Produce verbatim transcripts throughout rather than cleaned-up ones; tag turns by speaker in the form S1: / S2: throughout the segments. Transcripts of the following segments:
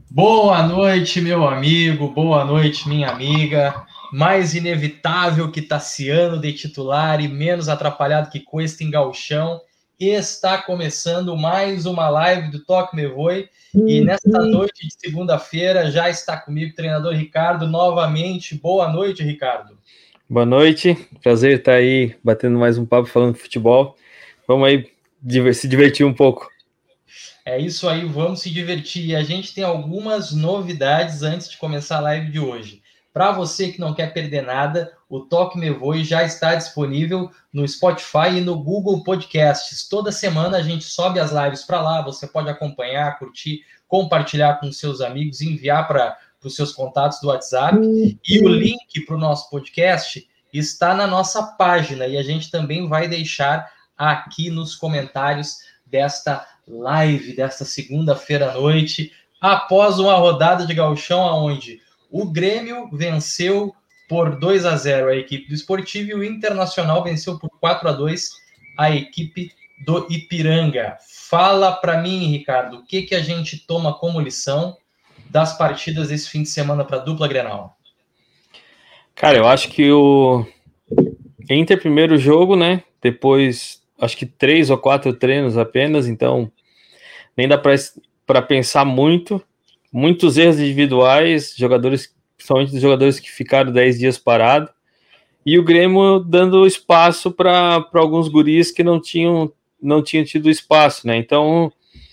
S1: Boa noite, meu amigo, boa noite, minha amiga. Mais inevitável que Tassiano de titular e menos atrapalhado que Cuesta em gauchão. Está começando mais uma live do Toque Me Voe. E nesta noite de segunda-feira já está comigo o treinador Ricardo novamente. Boa noite, Ricardo.
S2: Boa noite, prazer estar aí batendo mais um papo falando de futebol. Vamos aí se divertir um pouco.
S1: É isso aí, vamos se divertir. E a gente tem algumas novidades antes de começar a live de hoje. Para você que não quer perder nada, o Toque Me Voe já está disponível no Spotify e no Google Podcasts. Toda semana a gente sobe as lives para lá, você pode acompanhar, curtir, compartilhar com seus amigos, enviar para os seus contatos do WhatsApp. E o link para o nosso podcast está na nossa página e a gente também vai deixar aqui nos comentários desta live desta segunda-feira à noite, após uma rodada de gauchão onde o Grêmio venceu por dois a zero a equipe do Sportivo e o Internacional venceu por quatro a dois a equipe do Ipiranga. Fala para mim, Ricardo, o que, que a gente toma como lição das partidas desse fim de semana para a dupla Grenal?
S2: Cara, eu acho que o Inter primeiro jogo, né? Depois, acho que três ou quatro treinos apenas, então nem dá para pensar muito. Muitos erros individuais, jogadores, principalmente dos jogadores que ficaram dez dias parados. E o Grêmio dando espaço para alguns guris que não tinham, não tinham tido espaço, né? Então,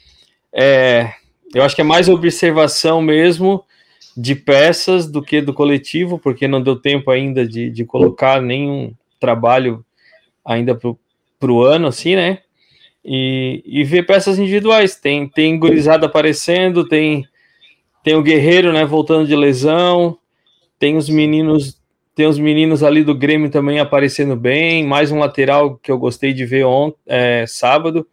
S2: é, eu acho que é mais observação mesmo de peças do que do coletivo, porque não deu tempo ainda de, de colocar nenhum trabalho ainda para o ano, assim, né? E, e ver peças individuais. Tem, tem gurizada aparecendo, tem, tem o Guerreiro, né, voltando de lesão, tem os meninos, tem os meninos ali do Grêmio também aparecendo bem, mais um lateral que eu gostei de ver ontem, é, sábado.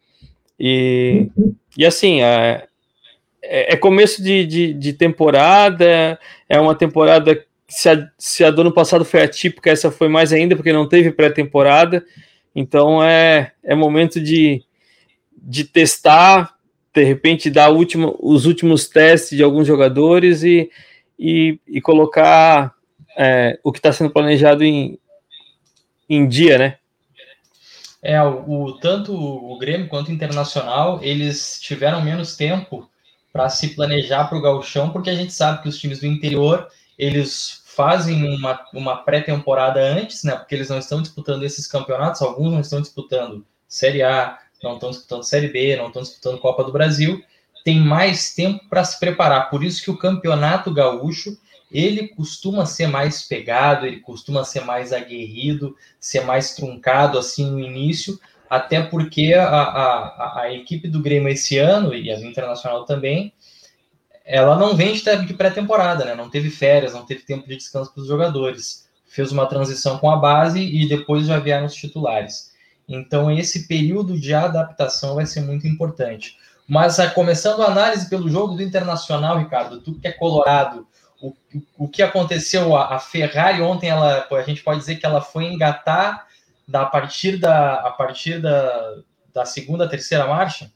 S2: E, e assim, é, é começo de, de, de temporada, é uma temporada, se a, se a do ano passado foi atípica, essa foi mais ainda, porque não teve pré-temporada, então é, é momento de, de testar, de repente dar último, os últimos testes de alguns jogadores e, e, e colocar é, o que está sendo planejado em, em dia, né?
S1: É, o, o, tanto o Grêmio quanto o Internacional, eles tiveram menos tempo para se planejar para o gauchão, porque a gente sabe que os times do interior, eles fazem uma, uma pré-temporada antes, né? Porque eles não estão disputando esses campeonatos, alguns não estão disputando Série A, não estão disputando Série B, não estão disputando Copa do Brasil, tem mais tempo para se preparar. Por isso que o Campeonato Gaúcho, ele costuma ser mais pegado, ele costuma ser mais aguerrido, ser mais truncado assim no início, até porque a, a, a equipe do Grêmio esse ano, e a do Internacional também, ela não vem de pré-temporada, né? Não teve férias, não teve tempo de descanso para os jogadores. Fez uma transição com a base e depois já vieram os titulares. Então, esse período de adaptação vai ser muito importante. Mas, começando a análise pelo jogo do Internacional, Ricardo, tu que é colorado, o, o que aconteceu? A Ferrari ontem, ela, a gente pode dizer que ela foi engatar da, a partir, da, a partir da, da segunda, terceira marcha?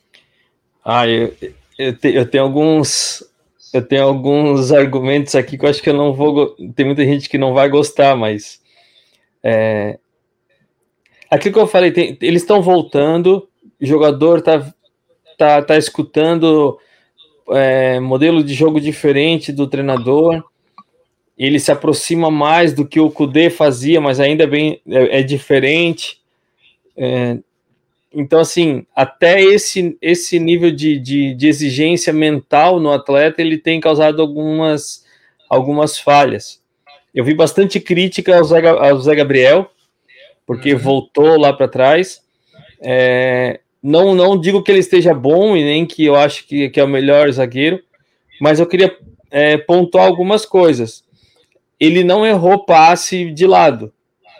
S2: Ah, eu, eu, te, eu tenho alguns eu tenho alguns argumentos aqui que eu acho que eu não vou. Tem muita gente que não vai gostar, mas é, aquilo que eu falei, tem, eles estão voltando, o jogador tá, tá, tá escutando é, modelo de jogo diferente do treinador, ele se aproxima mais do que o Kudê fazia, mas ainda bem é, é diferente. É, então, assim, até esse, esse nível de, de, de exigência mental no atleta, ele tem causado algumas, algumas falhas. Eu vi bastante crítica ao Zé, ao Zé Gabriel, porque uhum. voltou lá para trás. É, não, não digo que ele esteja bom e nem que eu acho que, que é o melhor zagueiro, mas eu queria é, pontuar algumas coisas. Ele não errou passe de lado.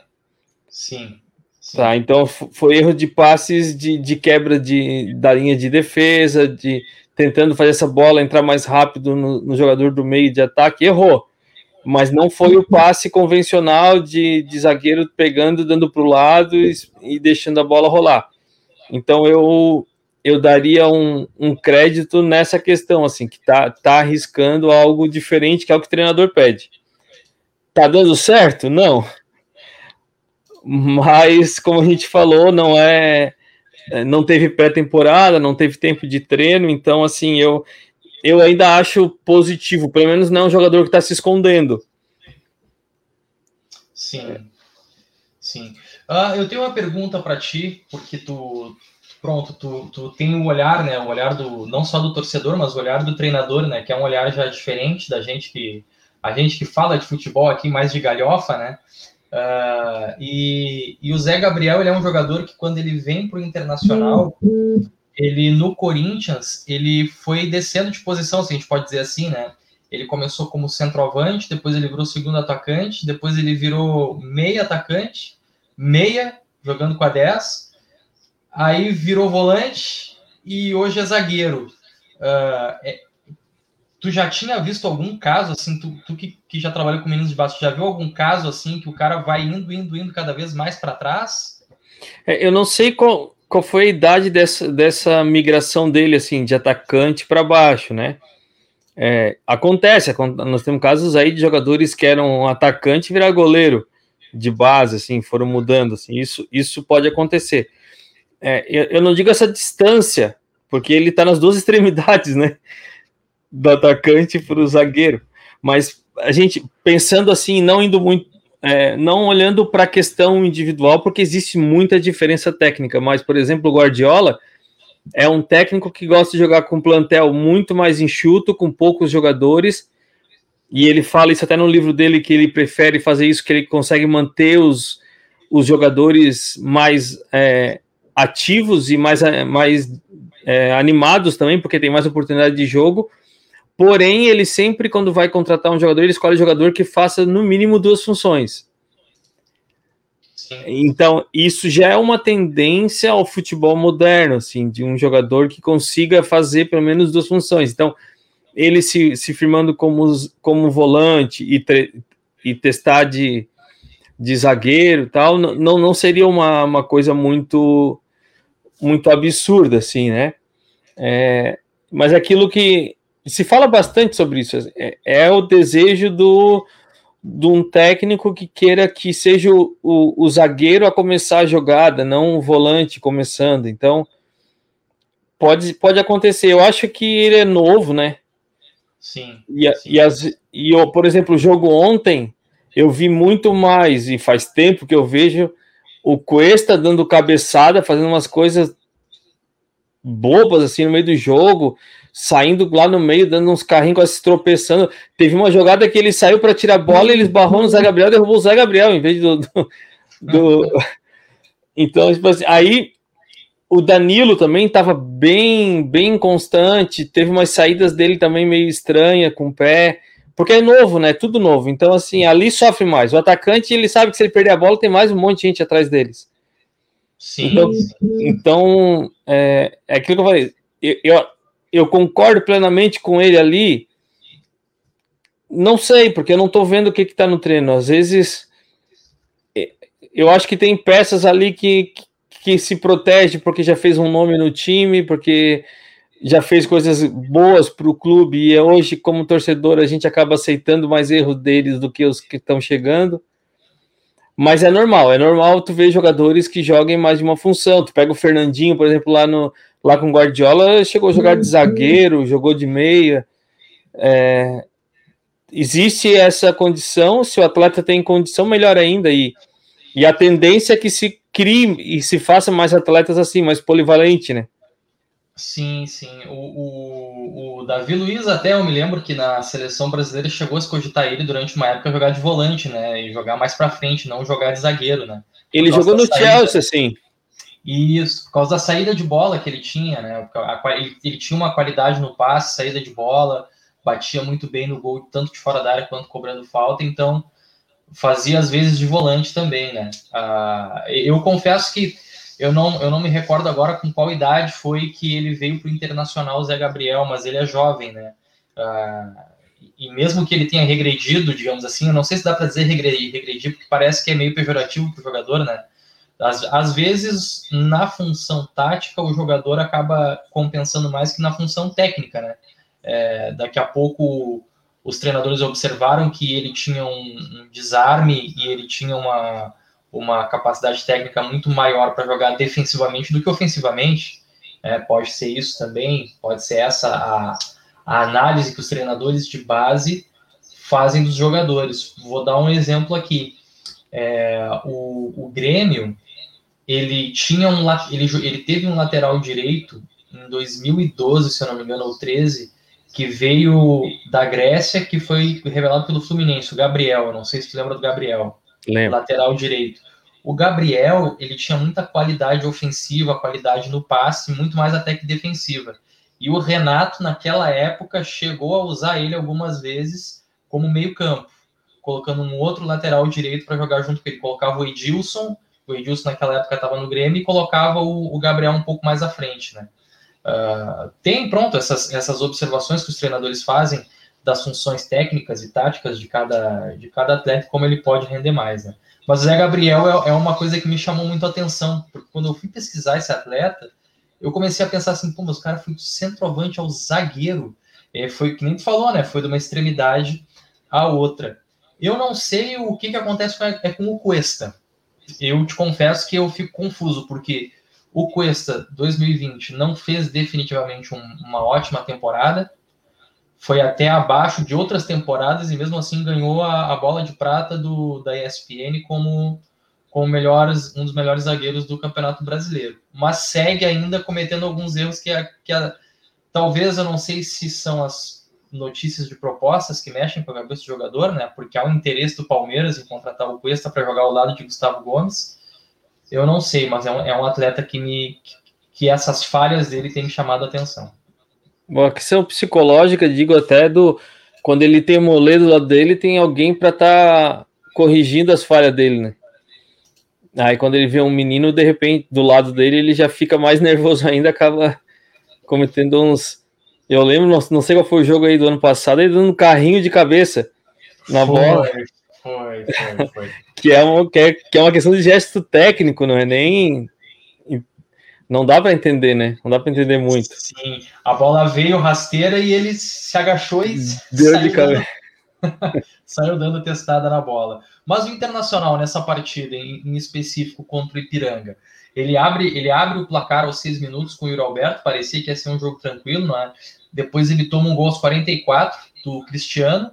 S1: Sim. Sim.
S2: Tá, então foi erro de passes de, de quebra de, da linha de defesa, de tentando fazer essa bola entrar mais rápido no, no jogador do meio de ataque, errou. Mas não foi o passe convencional de, de zagueiro pegando, dando para o lado e, e deixando a bola rolar. Então eu, eu daria um, um crédito nessa questão, assim, que tá, tá arriscando algo diferente, que é o que o treinador pede. Tá dando certo? Não. Mas, como a gente falou, não é... não teve pré-temporada, não teve tempo de treino, então, assim, eu, eu ainda acho positivo, pelo menos não é um jogador que está se escondendo.
S1: Sim, sim. Uh, eu tenho uma pergunta para ti, porque tu, pronto, tu, tu tem o olhar, né, o olhar do, não só do torcedor, mas o olhar do treinador, né, que é um olhar já diferente da gente que, a gente que fala de futebol aqui mais de galhofa, né, uh, e, e o Zé Gabriel, ele é um jogador que quando ele vem pro Internacional, ele no Corinthians, ele foi descendo de posição, se a gente pode dizer assim, né, ele começou como centroavante, depois ele virou segundo atacante, depois ele virou meia atacante, meia, jogando com a dez, aí virou volante e hoje é zagueiro. Uh, é, tu já tinha visto algum caso, assim, tu, tu que, que já trabalhou com meninos de base, já viu algum caso, assim, que o cara vai indo, indo, indo cada vez mais para trás?
S2: É, eu não sei qual, qual foi a idade dessa, dessa migração dele, assim, de atacante para baixo, né? É, acontece, nós temos casos aí de jogadores que eram atacante e virar goleiro de base, assim, foram mudando, assim, isso, isso pode acontecer. É, eu, eu não digo essa distância, porque ele está nas duas extremidades, né, do atacante para o zagueiro, mas a gente, pensando assim, não indo muito, é, não olhando para a questão individual, porque existe muita diferença técnica, mas, por exemplo, o Guardiola é um técnico que gosta de jogar com um plantel muito mais enxuto, com poucos jogadores, e ele fala isso até no livro dele, que ele prefere fazer isso, que ele consegue manter os, os jogadores mais é, ativos e mais, mais é, animados também, porque tem mais oportunidade de jogo, porém ele sempre, quando vai contratar um jogador, ele escolhe um jogador que faça no mínimo duas funções. Então, isso já é uma tendência ao futebol moderno, assim, de um jogador que consiga fazer pelo menos duas funções. Então, ele se, se firmando como, como volante e, tre, e testar de, de zagueiro e tal, não, não seria uma, uma coisa muito, muito absurda, assim, né? É, mas aquilo que se fala bastante sobre isso é, é o desejo do... de um técnico que queira que seja o, o, o zagueiro a começar a jogada, não o volante começando. Então, pode, pode acontecer. Eu acho que ele é novo, né?
S1: Sim.
S2: E,
S1: sim.
S2: e, as, e eu, por exemplo, o jogo ontem, eu vi muito mais, e faz tempo que eu vejo o Cuesta dando cabeçada, fazendo umas coisas bobas assim no meio do jogo, saindo lá no meio, dando uns carrinhos, quase tropeçando. Teve uma jogada que ele saiu para tirar a bola, ele esbarrou no Zé Gabriel, derrubou o Zé Gabriel em vez do. do, do... Então, tipo assim, aí o Danilo também estava bem, bem constante, teve umas saídas dele também meio estranha com o pé, porque é novo, né? Tudo novo. Então, assim, ali sofre mais. O atacante, ele sabe que se ele perder a bola, tem mais um monte de gente atrás deles.
S1: Sim.
S2: Então, então é, é aquilo que eu falei. Eu, eu, eu concordo plenamente com ele ali. Não sei, porque eu não estou vendo o que está no treino. Às vezes, eu acho que tem peças ali que, que, que se protege porque já fez um nome no time, porque já fez coisas boas para o clube, e hoje, como torcedor, a gente acaba aceitando mais erros deles do que os que estão chegando. Mas é normal, é normal tu ver jogadores que joguem mais de uma função. Tu pega o Fernandinho, por exemplo, lá, no, lá com o Guardiola, chegou a jogar de zagueiro, jogou de meia. É, existe essa condição, se o atleta tem condição, melhor ainda. E, e a tendência é que se crie e se faça mais atletas assim, mais polivalente, né?
S1: Sim, sim. O, o, o Davi Luiz, até eu me lembro que na seleção brasileira chegou a se cogitar ele durante uma época jogar de volante, né? E jogar mais para frente, não jogar de zagueiro, né?
S2: Ele jogou no saída. Chelsea, assim.
S1: Isso, por causa da saída de bola que ele tinha, né? A, a, ele, ele tinha uma qualidade no passe, saída de bola, batia muito bem no gol, tanto de fora da área quanto cobrando falta, então fazia às vezes de volante também, né? Ah, eu confesso que Eu não, eu não me recordo agora com qual idade foi que ele veio para o Internacional, Zé Gabriel, mas ele é jovem, né? Uh, e mesmo que ele tenha regredido, digamos assim, eu não sei se dá para dizer regredir, regredir, porque parece que é meio pejorativo para o jogador, né? Às, às vezes, na função tática, o jogador acaba compensando mais que na função técnica, né? É, daqui a pouco, os treinadores observaram que ele tinha um, um desarme e ele tinha uma, uma capacidade técnica muito maior para jogar defensivamente do que ofensivamente. É, pode ser isso também, pode ser essa a, a análise que os treinadores de base fazem dos jogadores. Vou dar um exemplo aqui. É, o, o Grêmio, ele tinha um ele, ele teve um lateral direito em dois mil e doze, se eu não me engano, ou treze, que veio da Grécia, que foi revelado pelo Fluminense, o Gabriel. Eu não sei se tu lembra do Gabriel.
S2: Lembro.
S1: Lateral direito. O Gabriel, ele tinha muita qualidade ofensiva, qualidade no passe, muito mais até que defensiva. E o Renato, naquela época, chegou a usar ele algumas vezes como meio-campo, colocando um outro lateral direito para jogar junto com ele. Colocava o Edilson, o Edilson naquela época estava no Grêmio, e colocava o, o Gabriel um pouco mais à frente, né? Uh, tem, pronto, essas, essas observações que os treinadores fazem das funções técnicas e táticas de cada, de cada atleta, como ele pode render mais, né? Mas o Zé Gabriel é, é uma coisa que me chamou muito a atenção, porque quando eu fui pesquisar esse atleta, eu comecei a pensar assim, pô, mas o cara foi do centroavante ao zagueiro. É, foi que nem tu falou, né? Foi de uma extremidade à outra. Eu não sei o que, que acontece com, é com o Cuesta. Eu te confesso que eu fico confuso, porque o Cuesta, dois mil e vinte, não fez definitivamente um, uma ótima temporada, foi até abaixo de outras temporadas e mesmo assim ganhou a, a bola de prata do, da E S P N como, como melhores, um dos melhores zagueiros do Campeonato Brasileiro. Mas segue ainda cometendo alguns erros que, a, que a, talvez, eu não sei se são as notícias de propostas que mexem com a cabeça do jogador, né? Porque há um interesse do Palmeiras em contratar o Cuesta para jogar ao lado de Gustavo Gomes. Eu não sei, mas é um, é um atleta que, me, que essas falhas dele têm me chamado a atenção.
S2: Uma questão psicológica, digo até, do quando ele tem molê do lado dele, tem alguém para estar tá corrigindo as falhas dele, né? Aí quando ele vê um menino, de repente, do lado dele, ele já fica mais nervoso ainda, acaba cometendo uns... Eu lembro, não, não sei qual foi o jogo aí do ano passado, ele dando um carrinho de cabeça na
S1: foi,
S2: bola.
S1: Foi, foi, foi.
S2: que, é uma, que, é, que é uma questão de gesto técnico, não é nem... Não dá para entender, né? Não dá para entender muito.
S1: Sim, a bola veio rasteira e ele se agachou e
S2: Deu
S1: saiu,
S2: de
S1: dando... saiu dando testada na bola. Mas o Internacional, nessa partida, em, em específico contra o Ipiranga, ele abre, ele abre o placar aos seis minutos com o Yuri Alberto, parecia que ia ser um jogo tranquilo, não é? Depois ele toma um gol aos quarenta e quatro do Cristiano.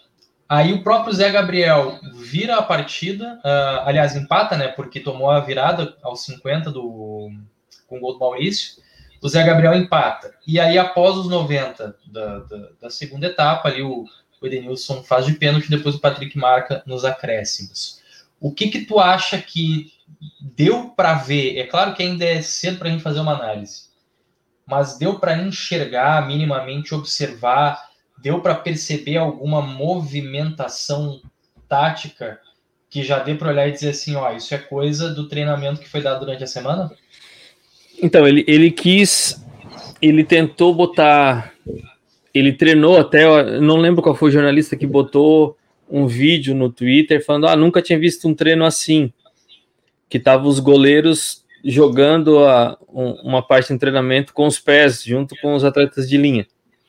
S1: Aí o próprio Zé Gabriel vira a partida, uh, aliás, empata, né? Porque tomou a virada aos cinquenta do... com o gol do Maurício, o Zé Gabriel empata. E aí, após os noventa da, da, da segunda etapa, ali o, o Edenilson faz de pênalti, depois o Patrick marca nos acréscimos. O que que tu acha que deu para ver? É claro que ainda é cedo para a gente fazer uma análise, mas deu para enxergar, minimamente observar, deu para perceber alguma movimentação tática que já dê para olhar e dizer assim, ó, isso é coisa do treinamento que foi dado durante a semana?
S2: Então, ele, ele quis, ele tentou botar, ele treinou até, eu não lembro qual foi o jornalista que botou um vídeo no Twitter falando, ah, nunca tinha visto um treino assim, que tava os goleiros jogando a, um, uma parte do treinamento com os pés, junto com os atletas de linha.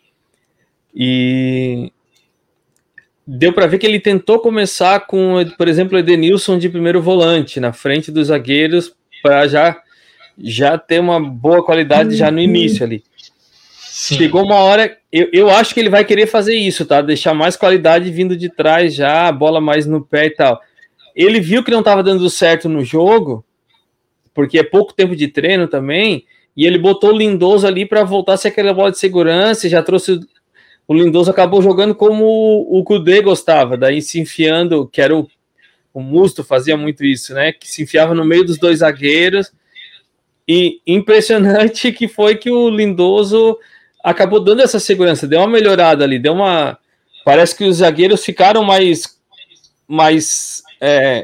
S2: E deu para ver que ele tentou começar com, por exemplo, o Edenilson de primeiro volante, na frente dos zagueiros, para já já ter uma boa qualidade já no início ali. Sim. Chegou uma hora, eu, eu acho que ele vai querer fazer isso, tá? Deixar mais qualidade vindo de trás já, a bola mais no pé e tal. Ele viu que não estava dando certo no jogo, porque é pouco tempo de treino também, e ele botou o Lindoso ali para voltar a ser aquela bola de segurança, e já trouxe... O Lindoso acabou jogando como o Kudê gostava, daí se enfiando, que era o, o Musto fazia muito isso, né? Que se enfiava no meio dos dois zagueiros. E impressionante que foi que o Lindoso acabou dando essa segurança, deu uma melhorada ali, deu uma... Parece que os zagueiros ficaram mais, mais é,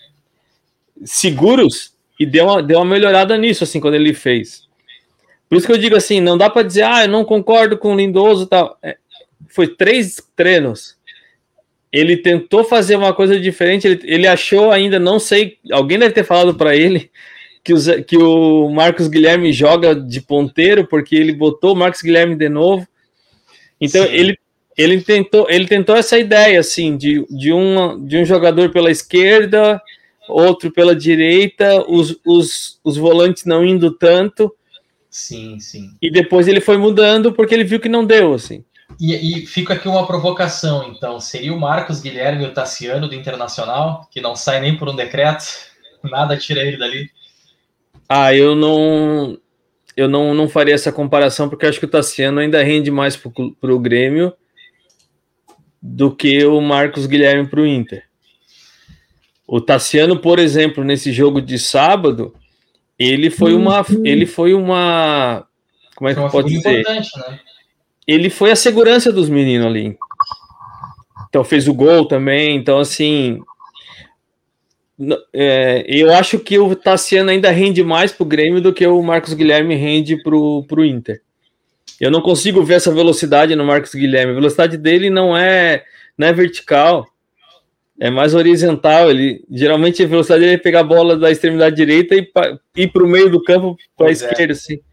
S2: seguros e deu uma, deu uma melhorada nisso, assim, quando ele fez. Por isso que eu digo assim, não dá para dizer, ah, eu não concordo com o Lindoso e tal. É, foi três treinos. ele tentou fazer uma coisa diferente, ele, ele achou ainda, não sei, alguém deve ter falado para ele que, os, que o Marcos Guilherme joga de ponteiro, porque ele botou o Marcos Guilherme de novo. Então ele, ele, tentou, ele tentou essa ideia, assim, de, de, um, de um jogador pela esquerda, outro pela direita, os, os, os volantes não indo tanto.
S1: Sim, sim.
S2: E depois ele foi mudando porque ele viu que não deu, assim.
S1: E, e fica aqui uma provocação, então. Seria o Marcos Guilherme e o Tassiano do Internacional, que não sai nem por um decreto? Nada tira ele dali?
S2: Ah, eu não... Eu não, não faria essa comparação, porque eu acho que o Tassiano ainda rende mais para o Grêmio do que o Marcos Guilherme para o Inter. O Tassiano, por exemplo, nesse jogo de sábado, ele foi uma... Ele foi uma como é que pode dizer?
S1: Importante, né?
S2: Ele foi a segurança dos meninos ali. Então fez o gol também. Então, assim... É, eu acho que o Tassiano ainda rende mais pro Grêmio do que o Marcos Guilherme rende pro, pro Inter. Eu não consigo ver essa velocidade no Marcos Guilherme. A velocidade dele não é, não é vertical, é mais horizontal. Ele, geralmente a velocidade dele é pegar a bola da extremidade direita e pa, ir para o meio do campo para a esquerda.
S1: É.
S2: Assim.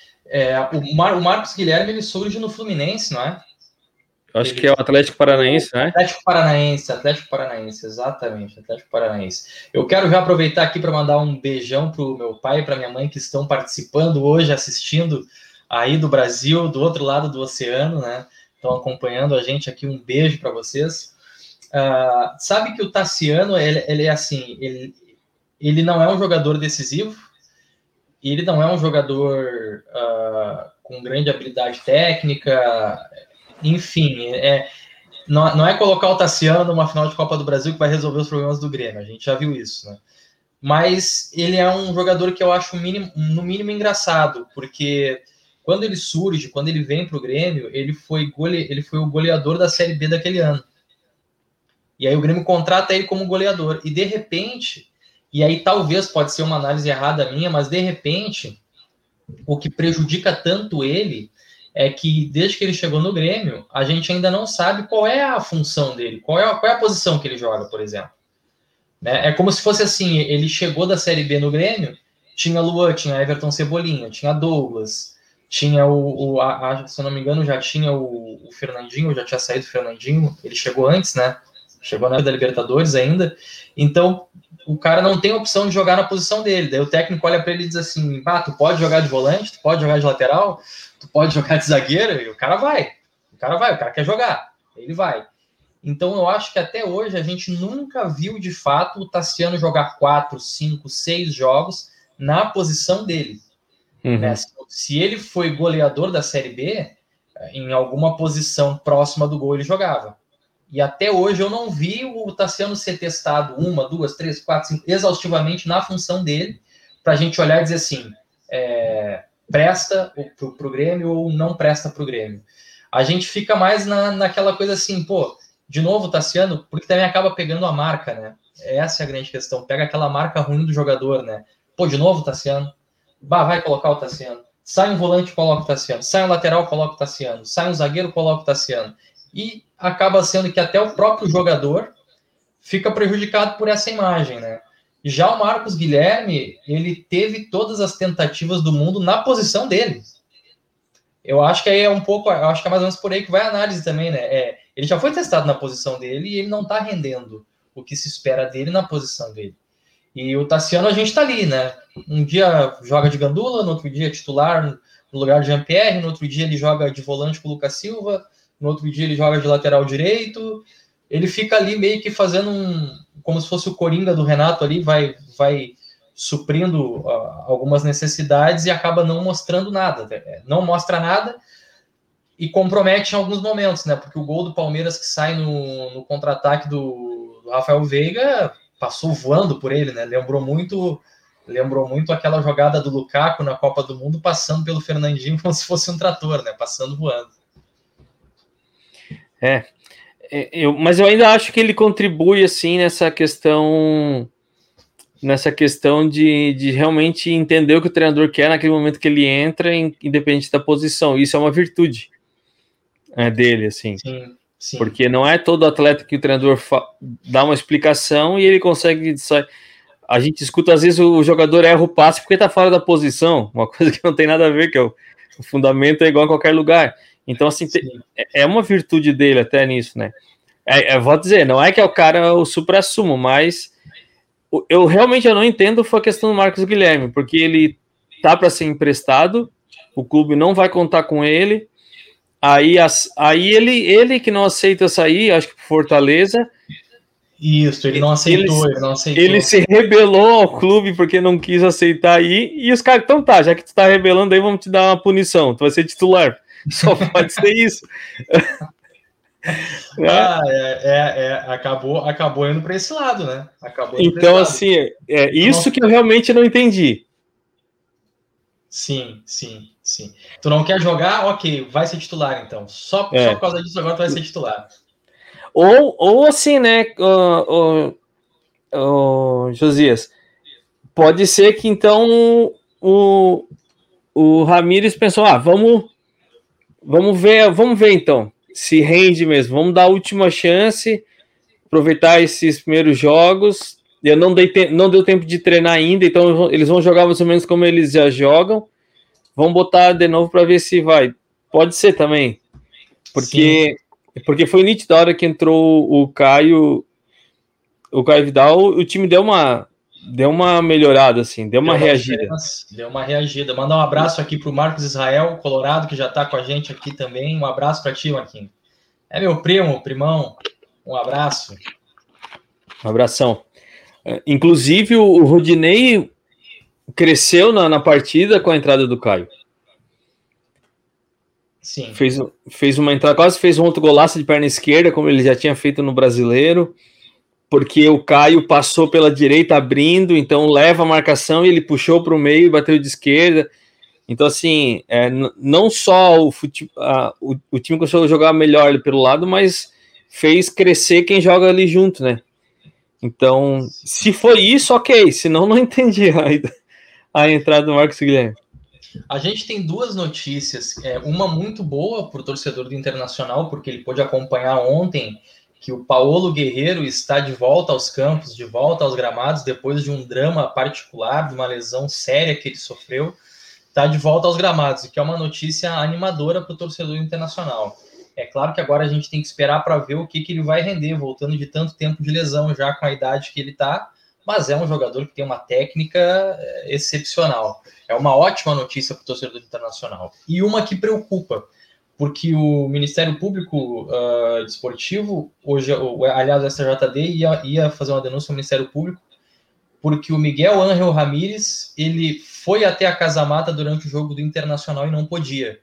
S1: É, o, Mar, o Marcos Guilherme ele surge no Fluminense, não é?
S2: Acho ele, que é o Atlético Paranaense, né?
S1: Atlético Paranaense, Atlético Paranaense, exatamente, Atlético Paranaense. Eu quero já aproveitar aqui para mandar um beijão para o meu pai e para minha mãe que estão participando hoje, assistindo aí do Brasil, do outro lado do oceano, né? Estão acompanhando a gente aqui, um beijo para vocês. Uh, sabe que o Tassiano, ele, ele é assim, ele, ele não é um jogador decisivo, ele não é um jogador uh, com grande habilidade técnica, enfim, é, não, não é colocar o Tassiano numa final de Copa do Brasil que vai resolver os problemas do Grêmio, a gente já viu isso, né? Mas ele é um jogador que eu acho mínimo, no mínimo engraçado, porque quando ele surge, quando ele vem para o Grêmio, ele foi, gole, ele foi o goleador da Série B daquele ano. E aí o Grêmio contrata ele como goleador, e de repente, e aí talvez pode ser uma análise errada minha, mas de repente, o que prejudica tanto ele é que desde que ele chegou no Grêmio, a gente ainda não sabe qual é a função dele, qual é a, qual é a posição que ele joga, por exemplo. Né? É como se fosse assim, ele chegou da Série B no Grêmio, tinha Luan, tinha Everton Cebolinha, tinha Douglas, tinha o, o a, a, se eu não me engano, já tinha o, o Fernandinho, já tinha saído o Fernandinho, ele chegou antes, né? Chegou na da Libertadores ainda, então o cara não tem opção de jogar na posição dele, daí o técnico olha para ele e diz assim, ah, tu pode jogar de volante, tu pode jogar de lateral, tu pode jogar de zagueiro, e o cara vai, o cara vai, o cara quer jogar, ele vai. Então eu acho que até hoje a gente nunca viu de fato o Tassiano jogar quatro, cinco, seis jogos na posição dele. Uhum. Né? Se ele foi goleador da Série B, em alguma posição próxima do gol ele jogava. E até hoje eu não vi o Tassiano ser testado uma, duas, três, quatro, cinco, exaustivamente na função dele, para a gente olhar e dizer assim, é, presta para o Grêmio ou não presta para o Grêmio. A gente fica mais na, naquela coisa assim, pô, de novo o Tassiano, porque também acaba pegando a marca, né? Essa é a grande questão, pega aquela marca ruim do jogador, né? Pô, de novo o Tassiano, bah, vai colocar o Tassiano. Sai um volante, coloca o Tassiano. Sai um lateral, coloca o Tassiano. Sai um zagueiro, coloca o Tassiano. E acaba sendo que até o próprio jogador fica prejudicado por essa imagem, né? Já o Marcos Guilherme, ele teve todas as tentativas do mundo na posição dele. Eu acho que aí é um pouco, eu acho que é mais ou menos por aí que vai a análise também, né? É, ele já foi testado na posição dele e ele não tá rendendo o que se espera dele na posição dele. E o Tassiano, a gente tá ali, né? Um dia joga de gandula, no outro dia titular no lugar de Jean-Pierre, no outro dia ele joga de volante com o Lucas Silva, no outro dia ele joga de lateral direito, ele fica ali meio que fazendo um, como se fosse o Coringa do Renato ali, vai, vai suprindo uh, algumas necessidades e acaba não mostrando nada, não mostra nada e compromete em alguns momentos, né, porque o gol do Palmeiras que sai no, no contra-ataque do, do Rafael Veiga passou voando por ele, né, lembrou muito, lembrou muito aquela jogada do Lukaku na Copa do Mundo passando pelo Fernandinho como se fosse um trator, né, passando voando.
S2: É, eu, mas eu ainda acho que ele contribui assim nessa questão nessa questão de, de realmente entender o que o treinador quer naquele momento que ele entra, independente da posição. Isso é uma virtude é, dele, assim.
S1: Sim.
S2: Sim. Porque não é todo atleta que o treinador dá uma explicação e ele consegue... A gente escuta, às vezes, o jogador erra o passe porque está fora da posição, uma coisa que não tem nada a ver, que é o, o fundamento é igual em qualquer lugar. Então, assim, te, é uma virtude dele até nisso, né? É, é, vou dizer, não é que é o cara o supra-sumo, mas eu realmente eu não entendo foi a questão do Marcos Guilherme, porque ele tá para ser emprestado, o clube não vai contar com ele, aí, as, aí ele, ele que não aceita sair, acho que por Fortaleza.
S1: Isso, ele não aceitou, ele, ele não aceitou.
S2: Ele se rebelou ao clube porque não quis aceitar aí, e os caras, então tá, já que tu tá rebelando aí, vamos te dar uma punição, tu vai ser titular. Só pode ser isso.
S1: É. Ah, é, é, é, acabou, acabou indo para esse lado, né? Acabou
S2: então, assim, é, é isso não... que eu realmente não entendi.
S1: Sim, sim, sim. Tu não quer jogar? Ok, vai ser titular, então. Só, é. só por causa disso agora tu vai ser titular.
S2: Ou, ou assim, né, o, o, o Josias, pode ser que então o, o Ramires pensou, ah, vamos, vamos ver, vamos ver então. Se rende mesmo, vamos dar a última chance, aproveitar esses primeiros jogos. Eu não dei te- não deu tempo de treinar ainda, então eles vão jogar mais ou menos como eles já jogam. Vamos botar de novo para ver se vai. Pode ser também, porque Sim. porque foi nítido a hora que entrou o Caio, o Caio Vidal, o time deu uma deu uma melhorada assim, deu uma deu reagida.
S1: Diferença, deu uma reagida. Mandar um abraço aqui para o Marcos Israel, Colorado, que já está com a gente aqui também. Um abraço para ti, Marquinhos. É meu primo, primão. Um abraço.
S2: Um abração. Inclusive, o Rodinei cresceu na, na partida com a entrada do Caio.
S1: Sim.
S2: Fez, fez uma entrada, quase fez um outro golaço de perna esquerda, como ele já tinha feito no Brasileiro, porque o Caio passou pela direita abrindo, então leva a marcação e ele puxou para o meio e bateu de esquerda. Então, assim, é, não só o, fute, a, o, o time conseguiu jogar melhor ali pelo lado, mas fez crescer quem joga ali junto, né? Então, se foi isso, ok. Senão, não entendi a, a entrada do Marcos Guilherme.
S1: A gente tem duas notícias. É, uma muito boa para o torcedor do Internacional, porque ele pôde acompanhar ontem que o Paulo Guerreiro está de volta aos campos, de volta aos gramados, depois de um drama particular, de uma lesão séria que ele sofreu. Está de volta aos gramados, o que é uma notícia animadora para o torcedor internacional. É claro que agora a gente tem que esperar para ver o que, que ele vai render, voltando de tanto tempo de lesão já com a idade que ele está, mas é um jogador que tem uma técnica excepcional. É uma ótima notícia para o torcedor internacional. E uma que preocupa, porque o Ministério Público uh, Desportivo, hoje, aliás, o S T J D ia, ia fazer uma denúncia ao Ministério Público, porque o Miguel Ángel Ramírez, ele foi até a Casa Mata durante o jogo do Internacional e não podia.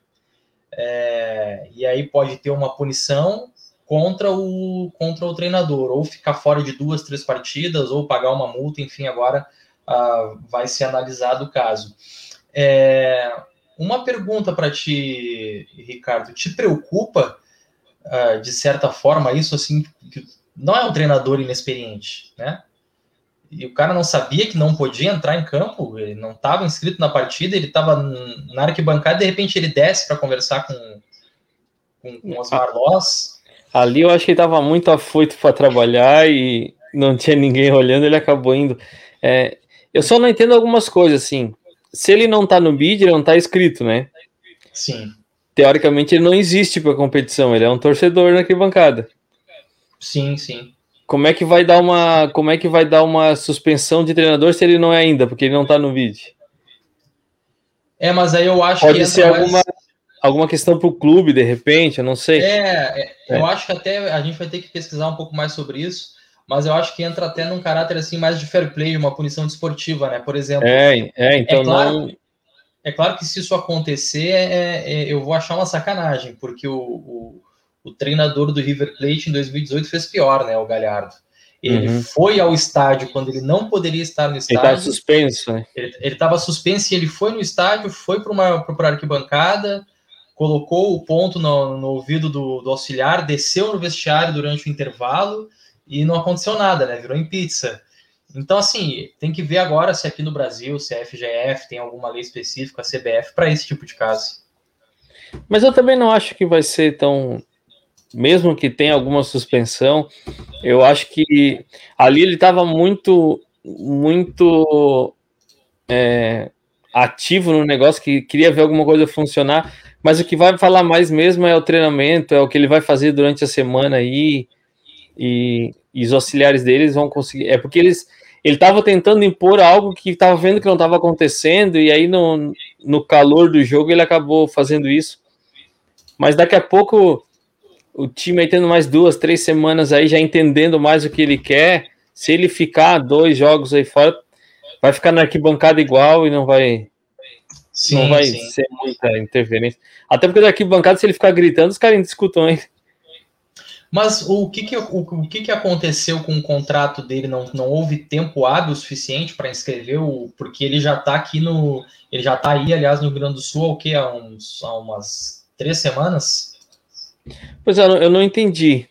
S1: É, e aí pode ter uma punição contra o, contra o treinador, ou ficar fora de duas, três partidas, ou pagar uma multa, enfim, agora uh, vai ser analisado o caso. É, uma pergunta para ti, Ricardo, te preocupa, uh, de certa forma, isso assim, que não é um treinador inexperiente, né? E o cara não sabia que não podia entrar em campo, ele não estava inscrito na partida, ele estava na arquibancada, de repente ele desce para conversar com, com, com Osmar Loz.
S2: Ali eu acho que ele estava muito afoito para trabalhar e não tinha ninguém olhando, ele acabou indo. É, eu só não entendo algumas coisas, assim. Se ele não está no bid, ele não está inscrito, né?
S1: Sim.
S2: Teoricamente ele não existe para competição, ele é um torcedor na arquibancada.
S1: Sim, sim.
S2: Como é que vai dar uma, como é que vai dar uma suspensão de treinador se ele não é ainda, porque ele não está no bid?
S1: É, mas aí eu acho
S2: Pode
S1: que
S2: ser alguma, mais... alguma questão para o clube, de repente, eu não sei.
S1: É, é, eu é. acho que até a gente vai ter que pesquisar um pouco mais sobre isso, mas eu acho que entra até num caráter assim mais de fair play, uma punição desportiva, né? Por exemplo.
S2: É, é então
S1: é claro,
S2: não.
S1: É claro que se isso acontecer, é, é, eu vou achar uma sacanagem, porque o, o, o treinador do River Plate em dois mil e dezoito fez pior, né? O Galhardo. Ele uhum. foi ao estádio quando ele não poderia estar no estádio.
S2: Ele estava suspenso, né?
S1: Ele estava suspenso e ele foi no estádio, foi para uma pra arquibancada, colocou o ponto no, no ouvido do, do auxiliar, desceu no vestiário durante o intervalo e não aconteceu nada, né? Virou em pizza. Então, assim, tem que ver agora se aqui no Brasil, se a F G F tem alguma lei específica, a C B F, para esse tipo de caso.
S2: Mas eu também não acho que vai ser tão... mesmo que tenha alguma suspensão, eu acho que ali ele estava muito, muito é, ativo no negócio, que queria ver alguma coisa funcionar, mas o que vai falar mais mesmo é o treinamento, é o que ele vai fazer durante a semana aí, e, e os auxiliares deles vão conseguir, é porque eles ele estava tentando impor algo que estava vendo que não estava acontecendo, e aí no, no calor do jogo ele acabou fazendo isso. Mas daqui a pouco o time aí tendo mais duas, três semanas aí já entendendo mais o que ele quer, se ele ficar dois jogos aí fora, vai ficar na arquibancada igual e não vai, sim, não vai sim. ser muita interferência. Até porque da arquibancada, se ele ficar gritando, os caras discutem aí.
S1: Mas o que que, o, o que que aconteceu com o contrato dele? Não, não houve tempo hábil suficiente para inscrever o... Porque ele já está aqui no... Ele já está aí, aliás, no Rio Grande do Sul, o quê? Há, uns, há umas três semanas?
S2: Pois é, eu não entendi.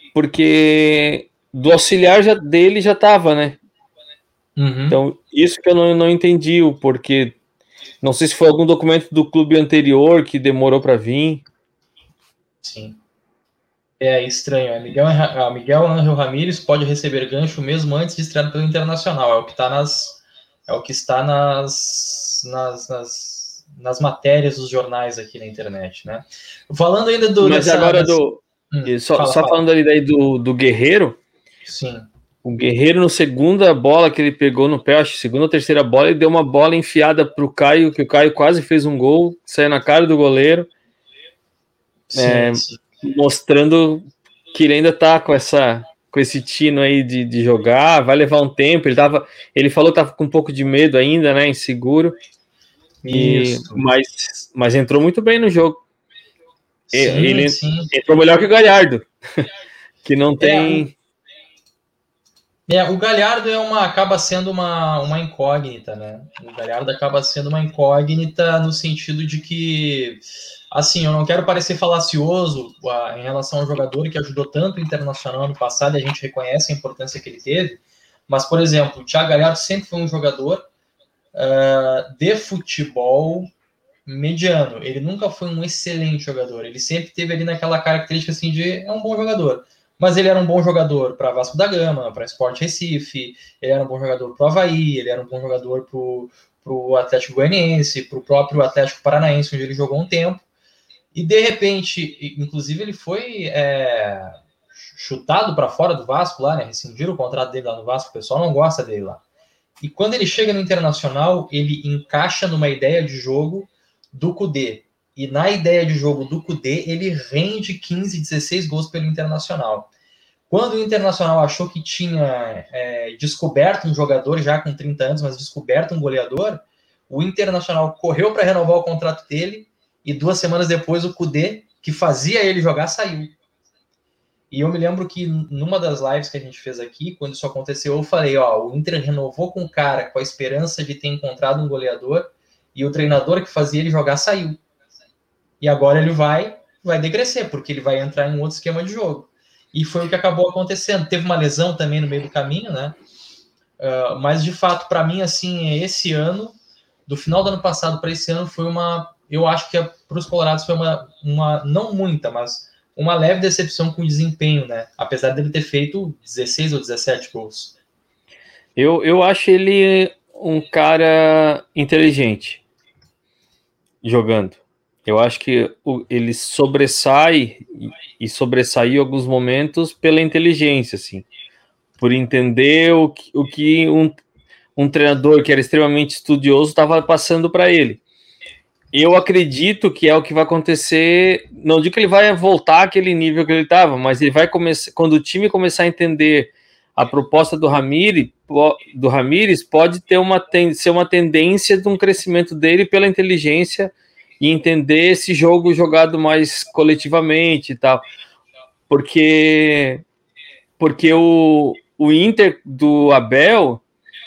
S2: Porque do auxiliar já, dele já estava, né? Uhum. Então, isso que eu não, não entendi, o porquê. Não sei se foi algum documento do clube anterior que demorou para vir.
S1: Sim. É estranho. A Miguel, a Miguel Ángel Ramírez pode receber gancho mesmo antes de estrear pelo Internacional. É o que está nas, é o que está nas, nas, nas, nas matérias dos jornais aqui na internet, né? Falando ainda do.
S2: Mas dessa, agora dessa... do. Hum, só fala, só fala. Falando ali daí do, do Guerreiro.
S1: Sim.
S2: O Guerreiro, no segunda bola que ele pegou no pé, acho que segunda ou terceira bola, ele deu uma bola enfiada para o Caio, que o Caio quase fez um gol, saiu na cara do goleiro. Sim, é, sim. Mostrando que ele ainda tá com essa com esse tino aí de, de jogar, vai levar um tempo. Ele tava, ele falou que tava com um pouco de medo ainda, né, inseguro. E, mas, mas entrou muito bem no jogo. Sim, ele sim. Entrou melhor que o Galhardo, que não tem.
S1: É, é, o Galhardo é uma, acaba sendo uma, uma incógnita, né? O Galhardo acaba sendo uma incógnita no sentido de que, assim, eu não quero parecer falacioso uh, em relação ao jogador que ajudou tanto o Internacional no passado, e a gente reconhece a importância que ele teve, mas, por exemplo, o Thiago Galhardo sempre foi um jogador uh, de futebol mediano. Ele nunca foi um excelente jogador, ele sempre teve ali naquela característica assim de é um bom jogador. Mas ele era um bom jogador para Vasco da Gama, para Sport Recife, ele era um bom jogador para o Avaí, ele era um bom jogador para o Atlético Goianiense, para o próprio Atlético Paranaense, onde ele jogou um tempo. E, de repente, inclusive, ele foi é, chutado para fora do Vasco lá, né? Rescindiram o contrato dele lá no Vasco, o pessoal não gosta dele lá. E quando ele chega no Internacional, ele encaixa numa ideia de jogo do Kudê. E na ideia de jogo do Kudê, ele rende quinze, dezesseis gols pelo Internacional. Quando o Internacional achou que tinha é, descoberto um jogador já com trinta anos, mas descoberto um goleador, o Internacional correu para renovar o contrato dele e duas semanas depois o Kudê, que fazia ele jogar, saiu. E eu me lembro que numa das lives que a gente fez aqui, quando isso aconteceu, eu falei, ó, o Inter renovou com o cara com a esperança de ter encontrado um goleador e o treinador que fazia ele jogar saiu. E agora ele vai, vai decrescer, porque ele vai entrar em um outro esquema de jogo. E foi o que acabou acontecendo. Teve uma lesão também no meio do caminho, né? Uh, mas, de fato, para mim, assim, esse ano, do final do ano passado para esse ano, foi uma... Eu acho que para os Colorados foi uma, uma... Não muita, mas uma leve decepção com o desempenho, né? Apesar dele ter feito dezesseis ou dezessete gols.
S2: Eu, eu acho ele um cara inteligente jogando. Eu acho que o, ele sobressai e sobressaiu em alguns momentos pela inteligência, assim, por entender o que, o que um, um treinador que era extremamente estudioso estava passando para ele. Eu acredito que é o que vai acontecer. Não digo que ele vai voltar àquele nível que ele estava, mas ele vai começar quando o time começar a entender a proposta do Ramírez, do Ramírez pode ter uma ser uma tendência de um crescimento dele pela inteligência e entender esse jogo jogado mais coletivamente e tal. Porque, porque o, o Inter do Abel,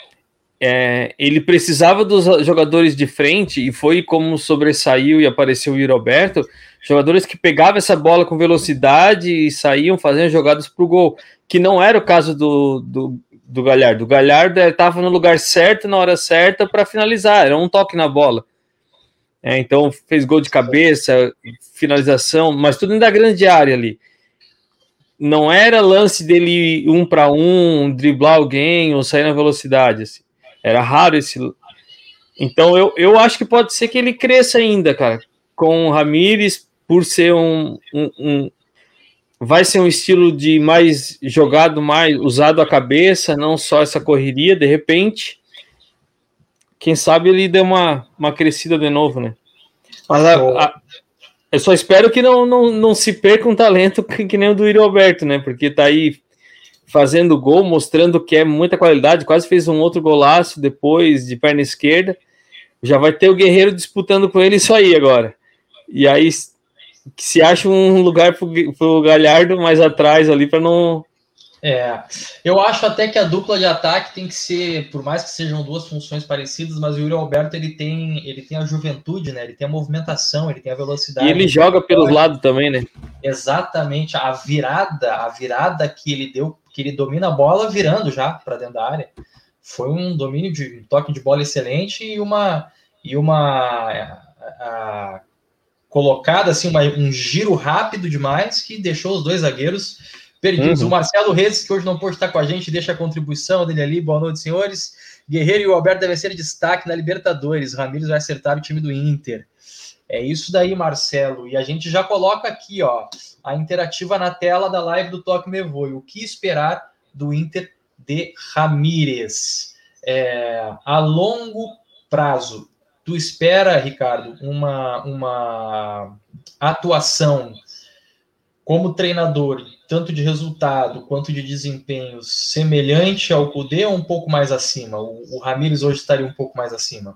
S2: é, ele precisava dos jogadores de frente, e foi como sobressaiu e apareceu o Yuri Alberto, jogadores que pegavam essa bola com velocidade e saíam fazendo jogadas para o gol, que não era o caso do, do, do Galhardo. O Galhardo estava no lugar certo, na hora certa, para finalizar, era um toque na bola. É, então fez gol de cabeça, finalização, mas tudo dentro da grande área ali. não era lance dele um para um, driblar alguém ou sair na velocidade. Assim. Era raro esse. Então eu, eu acho que pode ser que ele cresça ainda, cara, com o Ramires, por ser um, um, um. Vai ser um estilo de mais jogado, mais usado a cabeça, não só essa correria, de repente. Quem sabe ele dê uma, uma crescida de novo, né? Mas a, a, eu só espero que não, não, não se perca um talento que, que nem o do Yuri Alberto, né? Porque tá aí fazendo gol, mostrando que é muita qualidade, quase fez um outro golaço depois de perna esquerda. Já vai ter o Guerreiro disputando com ele isso aí agora. E aí que se acha um lugar pro, pro Galhardo mais atrás ali para não...
S1: É, eu acho até que a dupla de ataque tem que ser, por mais que sejam duas funções parecidas, mas o Yuri Alberto ele tem, ele tem a juventude, né? Ele tem a movimentação, ele tem a velocidade.
S2: E ele joga pelos lados também, né?
S1: Exatamente, a virada, a virada que ele deu, que ele domina a bola virando já para dentro da área. Foi um domínio de um toque de bola excelente e uma e uma a, a, colocada assim, uma, um giro rápido demais que deixou os dois zagueiros perdidos. Uhum. O Marcelo Reis, que hoje não pôde estar com a gente, deixa a contribuição dele ali. Boa noite, senhores. Guerreiro e o Alberto devem ser destaque na Libertadores. Ramires vai acertar o time do Inter. É isso daí, Marcelo. E a gente já coloca aqui, ó, a interativa na tela da live do Toque Me Voe. O que esperar do Inter de Ramires? É, a longo prazo, tu espera, Ricardo, uma, uma atuação como treinador, tanto de resultado quanto de desempenho, semelhante ao Kudê ou um pouco mais acima? O, o Ramires hoje estaria um pouco mais acima?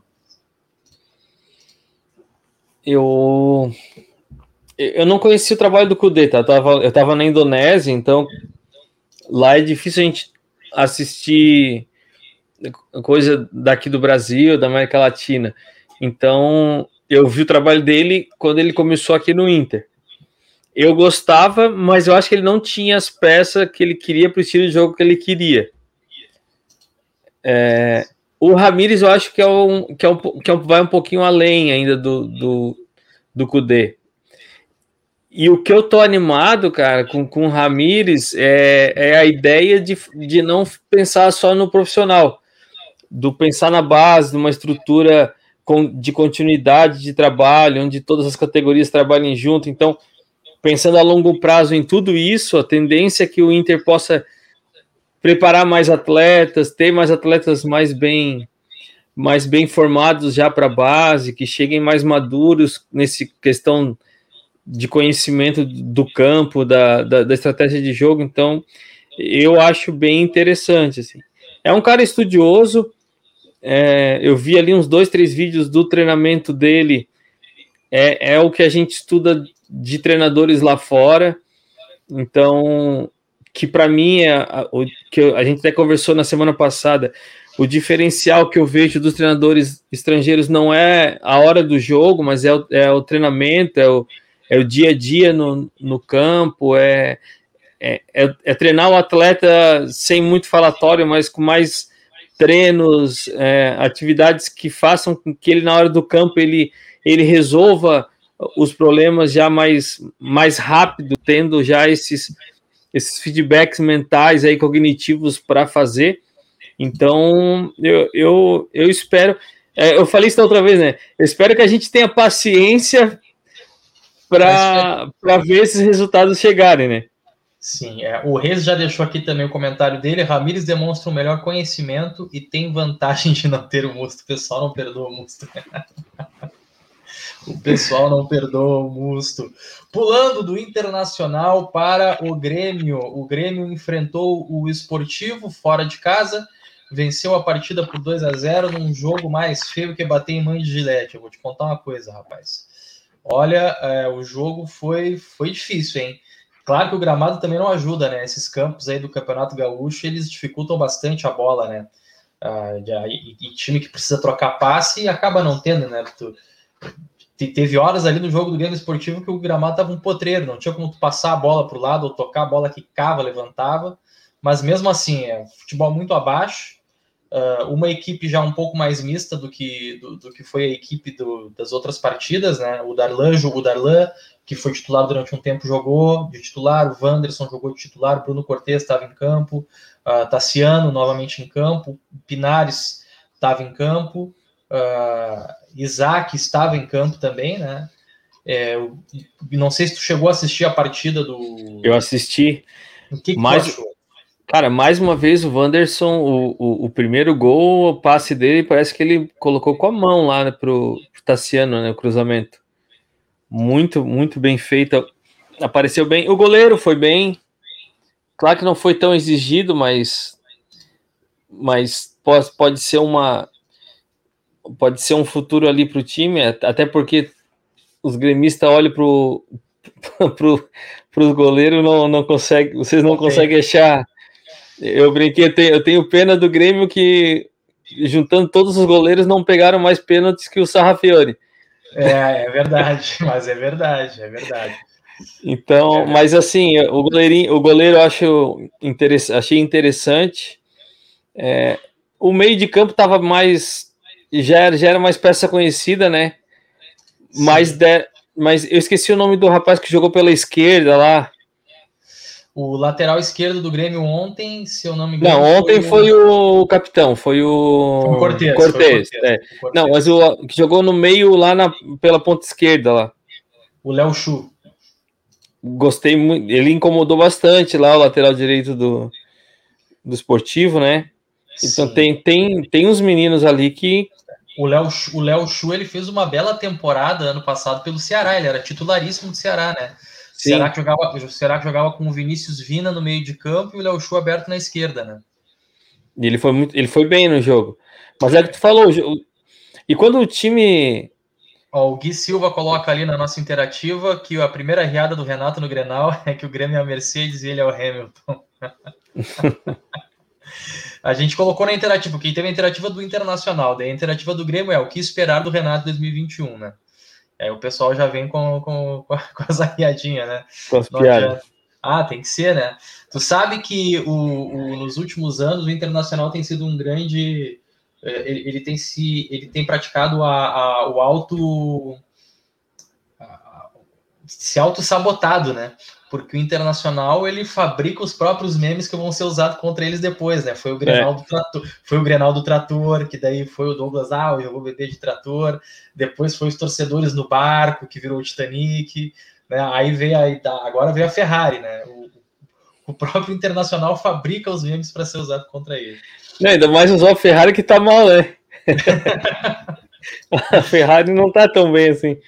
S2: Eu eu não conheci o trabalho do Kudê, tá? Eu tava, eu tava na Indonésia, então lá é difícil a gente assistir coisa daqui do Brasil, da América Latina. Então eu vi o trabalho dele quando ele começou aqui no Inter. Eu gostava, mas eu acho que ele não tinha as peças que ele queria para o estilo de jogo que ele queria. É, o Ramires eu acho que, é um, que, é um, que é um, vai um pouquinho além ainda do, do, do Kudê. E o que eu tô animado, cara, com, com o Ramires é, é a ideia de, de não pensar só no profissional, do pensar na base, numa estrutura de continuidade de trabalho, onde todas as categorias trabalhem junto. Então, pensando a longo prazo em tudo isso, a tendência é que o Inter possa preparar mais atletas, ter mais atletas mais bem, mais bem formados já para a base, que cheguem mais maduros nessa questão de conhecimento do campo, da, da, da estratégia de jogo. Então, eu acho bem interessante. Assim. É um cara estudioso, é, eu vi ali uns dois, três vídeos do treinamento dele, é, é o que a gente estuda de treinadores lá fora, então, que para mim é a, o que a gente até conversou na semana passada, o diferencial que eu vejo dos treinadores estrangeiros não é a hora do jogo, mas é o, é o treinamento, é o, é o dia a dia no, no campo, é, é, é, é treinar o atleta sem muito falatório, mas com mais treinos, é, atividades que façam com que ele na hora do campo ele, ele resolva os problemas já mais, mais rápido, tendo já esses, esses feedbacks mentais aí, cognitivos para fazer. Então, eu, eu, eu espero, é, eu falei isso da outra vez, né? Eu espero que a gente tenha paciência para ver esses resultados chegarem, né?
S1: Sim, é, o Reis já deixou aqui também o comentário dele. Ramires demonstra um melhor conhecimento e tem vantagem de não ter o Musto. O pessoal não perdoa o Musto. O pessoal não perdoa o Musto. Pulando do Internacional para o Grêmio. O Grêmio enfrentou o Esportivo fora de casa, venceu a partida por dois a zero num jogo mais feio que bater em mãe de Gilete. Eu vou te contar uma coisa, rapaz. Olha, é, o jogo foi, foi difícil, hein? Claro que o gramado também não ajuda, né? Esses campos aí do Campeonato Gaúcho, eles dificultam bastante a bola, né? Ah, e, e time que precisa trocar passe acaba não tendo, né? Tu, teve horas ali no jogo do Grêmio Esportivo que o gramado tava um potreiro, não tinha como tu passar a bola pro lado ou tocar a bola que cava, levantava, mas mesmo assim, é futebol muito abaixo. uh, uma equipe já um pouco mais mista do que, do, do que foi a equipe do, das outras partidas, né? O Darlan, o Darlan, que foi titular durante um tempo, jogou de titular, o Wanderson jogou de titular, Bruno Cortes estava em campo, uh, Tassiano novamente em campo, Pinares estava em campo, uh, Isaac estava em campo também, né? É, não sei se tu chegou a assistir a partida do...
S2: Eu assisti.
S1: O que, que
S2: mas,
S1: tu achou?
S2: Cara, mais uma vez o Wanderson, o, o, o primeiro gol, o passe dele, parece que ele colocou com a mão lá, né, pro, pro Tassiano, né, o cruzamento. Muito, muito bem feito. Apareceu bem. O goleiro foi bem. Claro que não foi tão exigido, mas, mas pode, pode ser uma... Pode ser um futuro ali pro time, até porque os gremistas olham pro, pro, pros goleiros, não, não consegue, vocês não conseguem achar. Eu brinquei, eu tenho, eu tenho pena do Grêmio que, juntando todos os goleiros, não pegaram mais pênaltis que o Sarrafiori.
S1: É, é verdade, mas é verdade, é verdade.
S2: Então, é. Mas assim, o goleirinho, o goleiro eu acho interess, achei interessante. É, o meio de campo estava mais, já era, já era mais peça conhecida, né? Mas, de, mas eu esqueci o nome do rapaz que jogou pela esquerda lá.
S1: O lateral esquerdo do Grêmio ontem, se eu não me engano...
S2: Não, ontem foi o, foi o capitão, foi o...
S1: Foi o Cortez.
S2: Cortez, é. o Cortez. Não, mas o que jogou no meio lá na, pela ponta esquerda lá.
S1: O Léo Chu.
S2: Gostei muito, ele incomodou bastante lá o lateral direito do, do Esportivo, né? Então tem, tem, tem uns meninos ali que...
S1: O Léo o Léo Chu, ele fez uma bela temporada ano passado pelo Ceará, ele era titularíssimo do Ceará, né? Sim. Será que jogava, será que jogava com o Vinícius Vina no meio de campo e o Léo Chu aberto na esquerda, né?
S2: E ele foi muito, ele foi bem no jogo. Mas é que tu falou, e quando o time...
S1: Ó, o Gui Silva coloca ali na nossa interativa que a primeira riada do Renato no Grenal é que o Grêmio é a Mercedes e ele é o Hamilton. A gente colocou na interativa, porque teve a interativa do Internacional, daí a interativa do Grêmio é o que esperar do Renato dois mil e vinte e um, né? Aí o pessoal já vem com, com, com as arriadinhas, né?
S2: Com as piadas.
S1: Ah, tem que ser, né? Tu sabe que o, o, nos últimos anos o Internacional tem sido um grande... Ele, ele, tem, se, ele tem praticado a, a, o auto... A, se auto-sabotado, né? Porque o Internacional, ele fabrica os próprios memes que vão ser usados contra eles depois, né? Foi o Grenal, é. do, trator, foi o Grenal do Trator, que daí foi o Douglas, ah, eu vou beber de trator. Depois foi os torcedores no barco, que virou o Titanic, né? Aí veio a, agora veio a Ferrari, né? O, o próprio Internacional fabrica os memes para ser usado contra ele.
S2: Não, ainda mais usar a Ferrari que tá mal, né? A Ferrari não tá tão bem assim.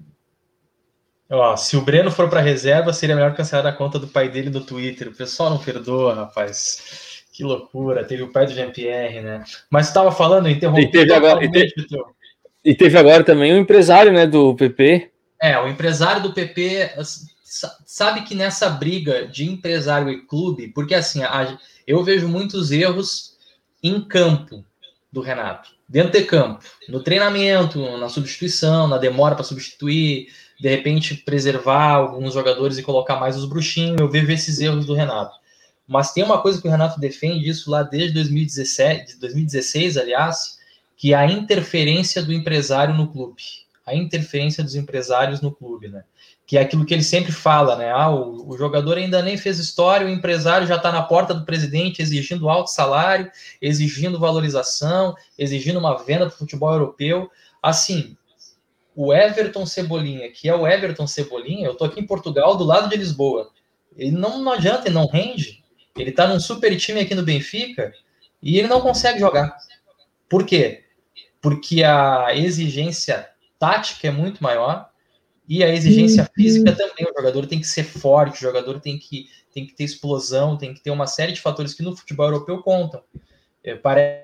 S1: Ó, se o Breno for para reserva, seria melhor cancelar a conta do pai dele no Twitter. O pessoal não perdoa, rapaz. Que loucura. Teve o pai do Jean-Pierre, né? Mas você estava falando, interrompendo.
S2: E teve agora, e teve, e teve agora também o empresário, né, do P P.
S1: É, o empresário do P P sabe que nessa briga de empresário e clube, porque assim, a, eu vejo muitos erros em campo do Renato. Dentro de campo, no treinamento, na substituição, na demora para substituir, de repente preservar alguns jogadores e colocar mais os bruxinhos, eu vejo esses erros do Renato. Mas tem uma coisa que o Renato defende, isso lá desde dois mil e dezessete, dois mil e dezesseis, aliás, que é a interferência do empresário no clube. A interferência dos empresários no clube, né? Que é aquilo que ele sempre fala, né? Ah, o, o jogador ainda nem fez história, o empresário já está na porta do presidente exigindo alto salário, exigindo valorização, exigindo uma venda para o futebol europeu. Assim, o Everton Cebolinha, que é o Everton Cebolinha, eu tô aqui em Portugal, do lado de Lisboa. Ele não, não adianta, ele não rende. Ele tá num super time aqui no Benfica e ele não consegue jogar. Por quê? Porque a exigência tática é muito maior e a exigência física também. O jogador tem que ser forte, o jogador tem que, tem que ter explosão, tem que ter uma série de fatores que no futebol europeu contam. É, parece...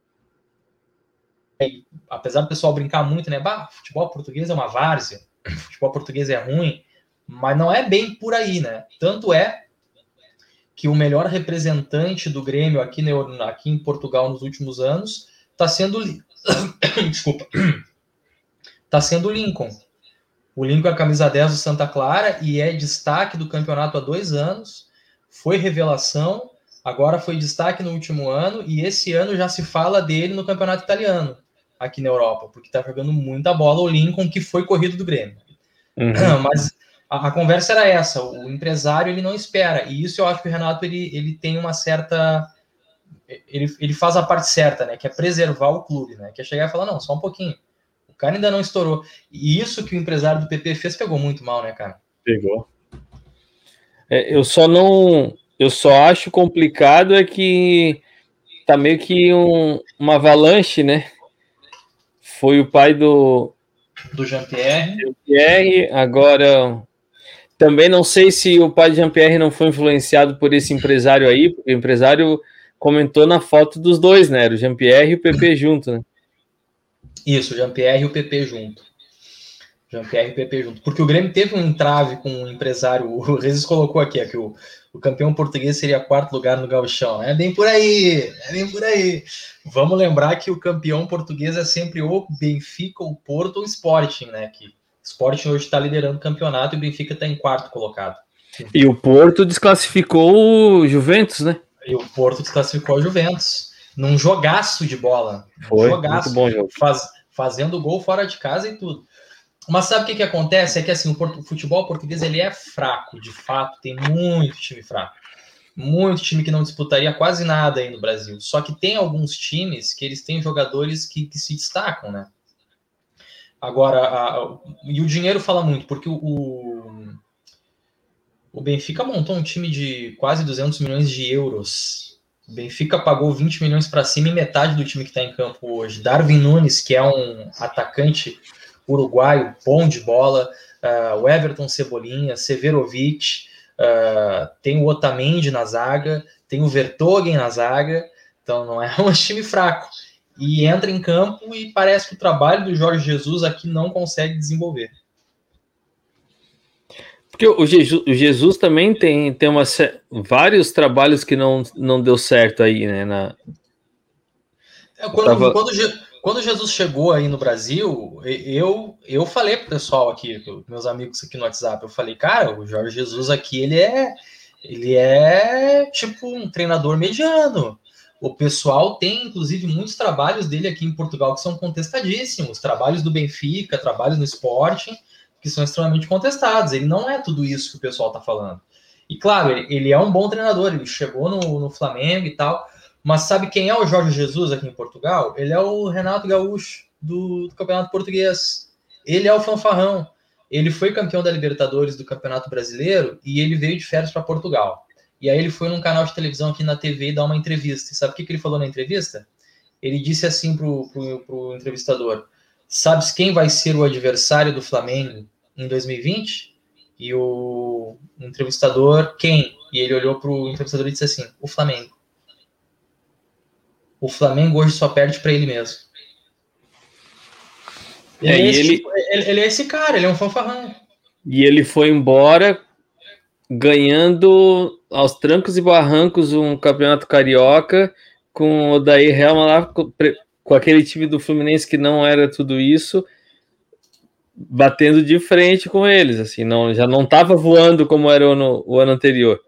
S1: Apesar do pessoal brincar muito, né? Bah, futebol português é uma várzea, futebol português é ruim, mas não é bem por aí, né? Tanto é que o melhor representante do Grêmio aqui, no, aqui em Portugal nos últimos anos está sendo... Desculpa. Está sendo o Lincoln. O Lincoln é a camisa dez do Santa Clara e é destaque do campeonato há dois anos. Foi revelação, Agora foi destaque no último ano, e esse ano já se fala dele no campeonato italiano, aqui na Europa, porque tá jogando muita bola o Lincoln, que foi corrido do Grêmio. Uhum. Mas a, a conversa era essa, o empresário ele não espera, e isso eu acho que o Renato ele, ele tem uma certa... Ele, ele faz a parte certa, né, que é preservar o clube, né, que é chegar e falar, não, só um pouquinho, o cara ainda não estourou. E isso que o empresário do P P fez pegou muito mal, né, cara?
S2: Pegou. É, eu só não... Eu só acho complicado é que tá meio que um, uma avalanche, né? Foi o pai do...
S1: Do Jean-Pierre.
S2: Jean-Pierre, agora... Também não sei se o pai de Jean-Pierre não foi influenciado por esse empresário aí, porque o empresário comentou na foto dos dois, né? Era o Jean-Pierre e o P P junto, né?
S1: Isso, o Jean-Pierre e o P P junto. Jean-Pierre e o P P junto. Porque o Grêmio teve um entrave com o empresário, o Rezes colocou aqui, é que o, o campeão português seria quarto lugar no Gauchão. É bem por aí, é bem por aí. Vamos lembrar que o campeão português é sempre o Benfica, o Porto ou o Sporting, né? Que o Sporting hoje está liderando o campeonato e o Benfica está em quarto colocado.
S2: E o Porto desclassificou o Juventus, né?
S1: E o Porto desclassificou o Juventus. Num jogaço de bola.
S2: Foi,
S1: jogaço,
S2: muito bom jogo.
S1: Faz, fazendo gol fora de casa e tudo. Mas sabe o que, que acontece? É que assim, o futebol português ele é fraco, de fato, tem muito time fraco. Muito time que não disputaria quase nada aí no Brasil. Só que tem alguns times que eles têm jogadores que, que se destacam, né? Agora, a, e o dinheiro fala muito, porque o, o Benfica montou um time de quase duzentos milhões de euros. O Benfica pagou vinte milhões para cima e metade do time que está em campo hoje. Darwin Nunes, que é um atacante uruguaio, bom de bola, uh, o Everton Cebolinha, Severovic, uh, tem o Otamendi na zaga, tem o Vertonghen na zaga, então não é um time fraco. E entra em campo e parece que o trabalho do Jorge Jesus aqui não consegue desenvolver.
S2: Porque o Jesus, o Jesus também tem, tem uma, vários trabalhos que não, não deu certo aí, né? Na...
S1: Quando, tava... quando, quando Jesus chegou aí no Brasil, eu, eu falei pro pessoal aqui, meus amigos aqui no WhatsApp, eu falei, cara, o Jorge Jesus aqui, ele é, ele é tipo um treinador mediano. O pessoal tem, inclusive, muitos trabalhos dele aqui em Portugal que são contestadíssimos. Trabalhos do Benfica, trabalhos no Sporting, que são extremamente contestados. Ele não é tudo isso que o pessoal está falando. E, claro, ele, ele é um bom treinador. Ele chegou no, no Flamengo e tal. Mas sabe quem é o Jorge Jesus aqui em Portugal? Ele é o Renato Gaúcho do, do Campeonato Português. Ele é o fanfarrão. Ele foi campeão da Libertadores do Campeonato Brasileiro e ele veio de férias para Portugal. E aí ele foi num canal de televisão aqui na T V e dar uma entrevista. E sabe o que, que ele falou na entrevista? Ele disse assim pro, pro, pro entrevistador: sabes quem vai ser o adversário do Flamengo em dois mil e vinte? E o entrevistador, quem? E ele olhou pro entrevistador e disse assim: o Flamengo. O Flamengo hoje só perde para ele mesmo. Ele é, é, esse, ele... Tipo, ele, ele é esse cara, ele é um fanfarrão.
S2: E ele foi embora ganhando aos trancos e barrancos um campeonato carioca com o Daí Helma lá, com, com aquele time do Fluminense que não era tudo isso, batendo de frente com eles, assim, não, já não estava voando como era o ano, o ano anterior.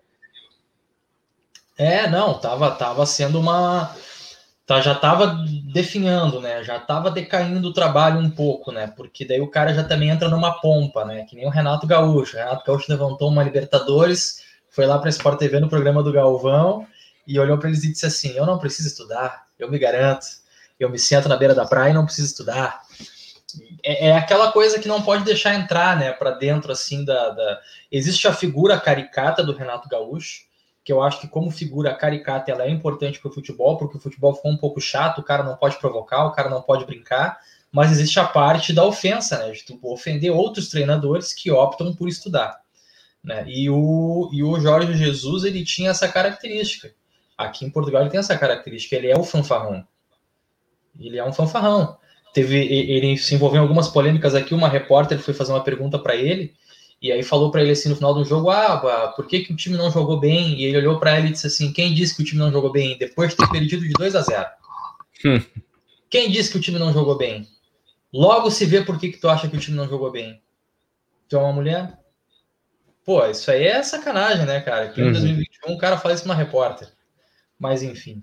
S1: É, não, tava, tava sendo uma... Tá, já estava definhando, né? Já estava decaindo o trabalho um pouco, né? Porque daí o cara já também entra numa pompa, né? Que nem o Renato Gaúcho. O Renato Gaúcho levantou uma Libertadores, foi lá para a Sport T V no programa do Galvão e olhou para eles e disse assim: eu não preciso estudar, eu me garanto, eu me sento na beira da praia e não preciso estudar. É, é aquela coisa que não pode deixar entrar, né? Para dentro assim da, da... Existe a figura caricata do Renato Gaúcho, que eu acho que como figura caricata ela é importante para o futebol, porque o futebol ficou um pouco chato, o cara não pode provocar, o cara não pode brincar, mas existe a parte da ofensa, né, de tu ofender outros treinadores que optam por estudar, né, e o, e o Jorge Jesus, ele tinha essa característica, aqui em Portugal ele tem essa característica, ele é o fanfarrão, ele é um fanfarrão, teve, ele se envolveu em algumas polêmicas aqui, uma repórter foi fazer uma pergunta para ele, e aí falou para ele assim no final do jogo, ah, por que, que o time não jogou bem? E ele olhou para ele e disse assim, quem disse que o time não jogou bem? Depois de ter perdido de dois a zero. Hum. Quem disse que o time não jogou bem? Logo se vê por que, que tu acha que o time não jogou bem. Tu é uma mulher? Pô, isso aí é sacanagem, né, cara? Que em uhum. dois mil e vinte e um o cara fala isso pra uma repórter. mas enfim.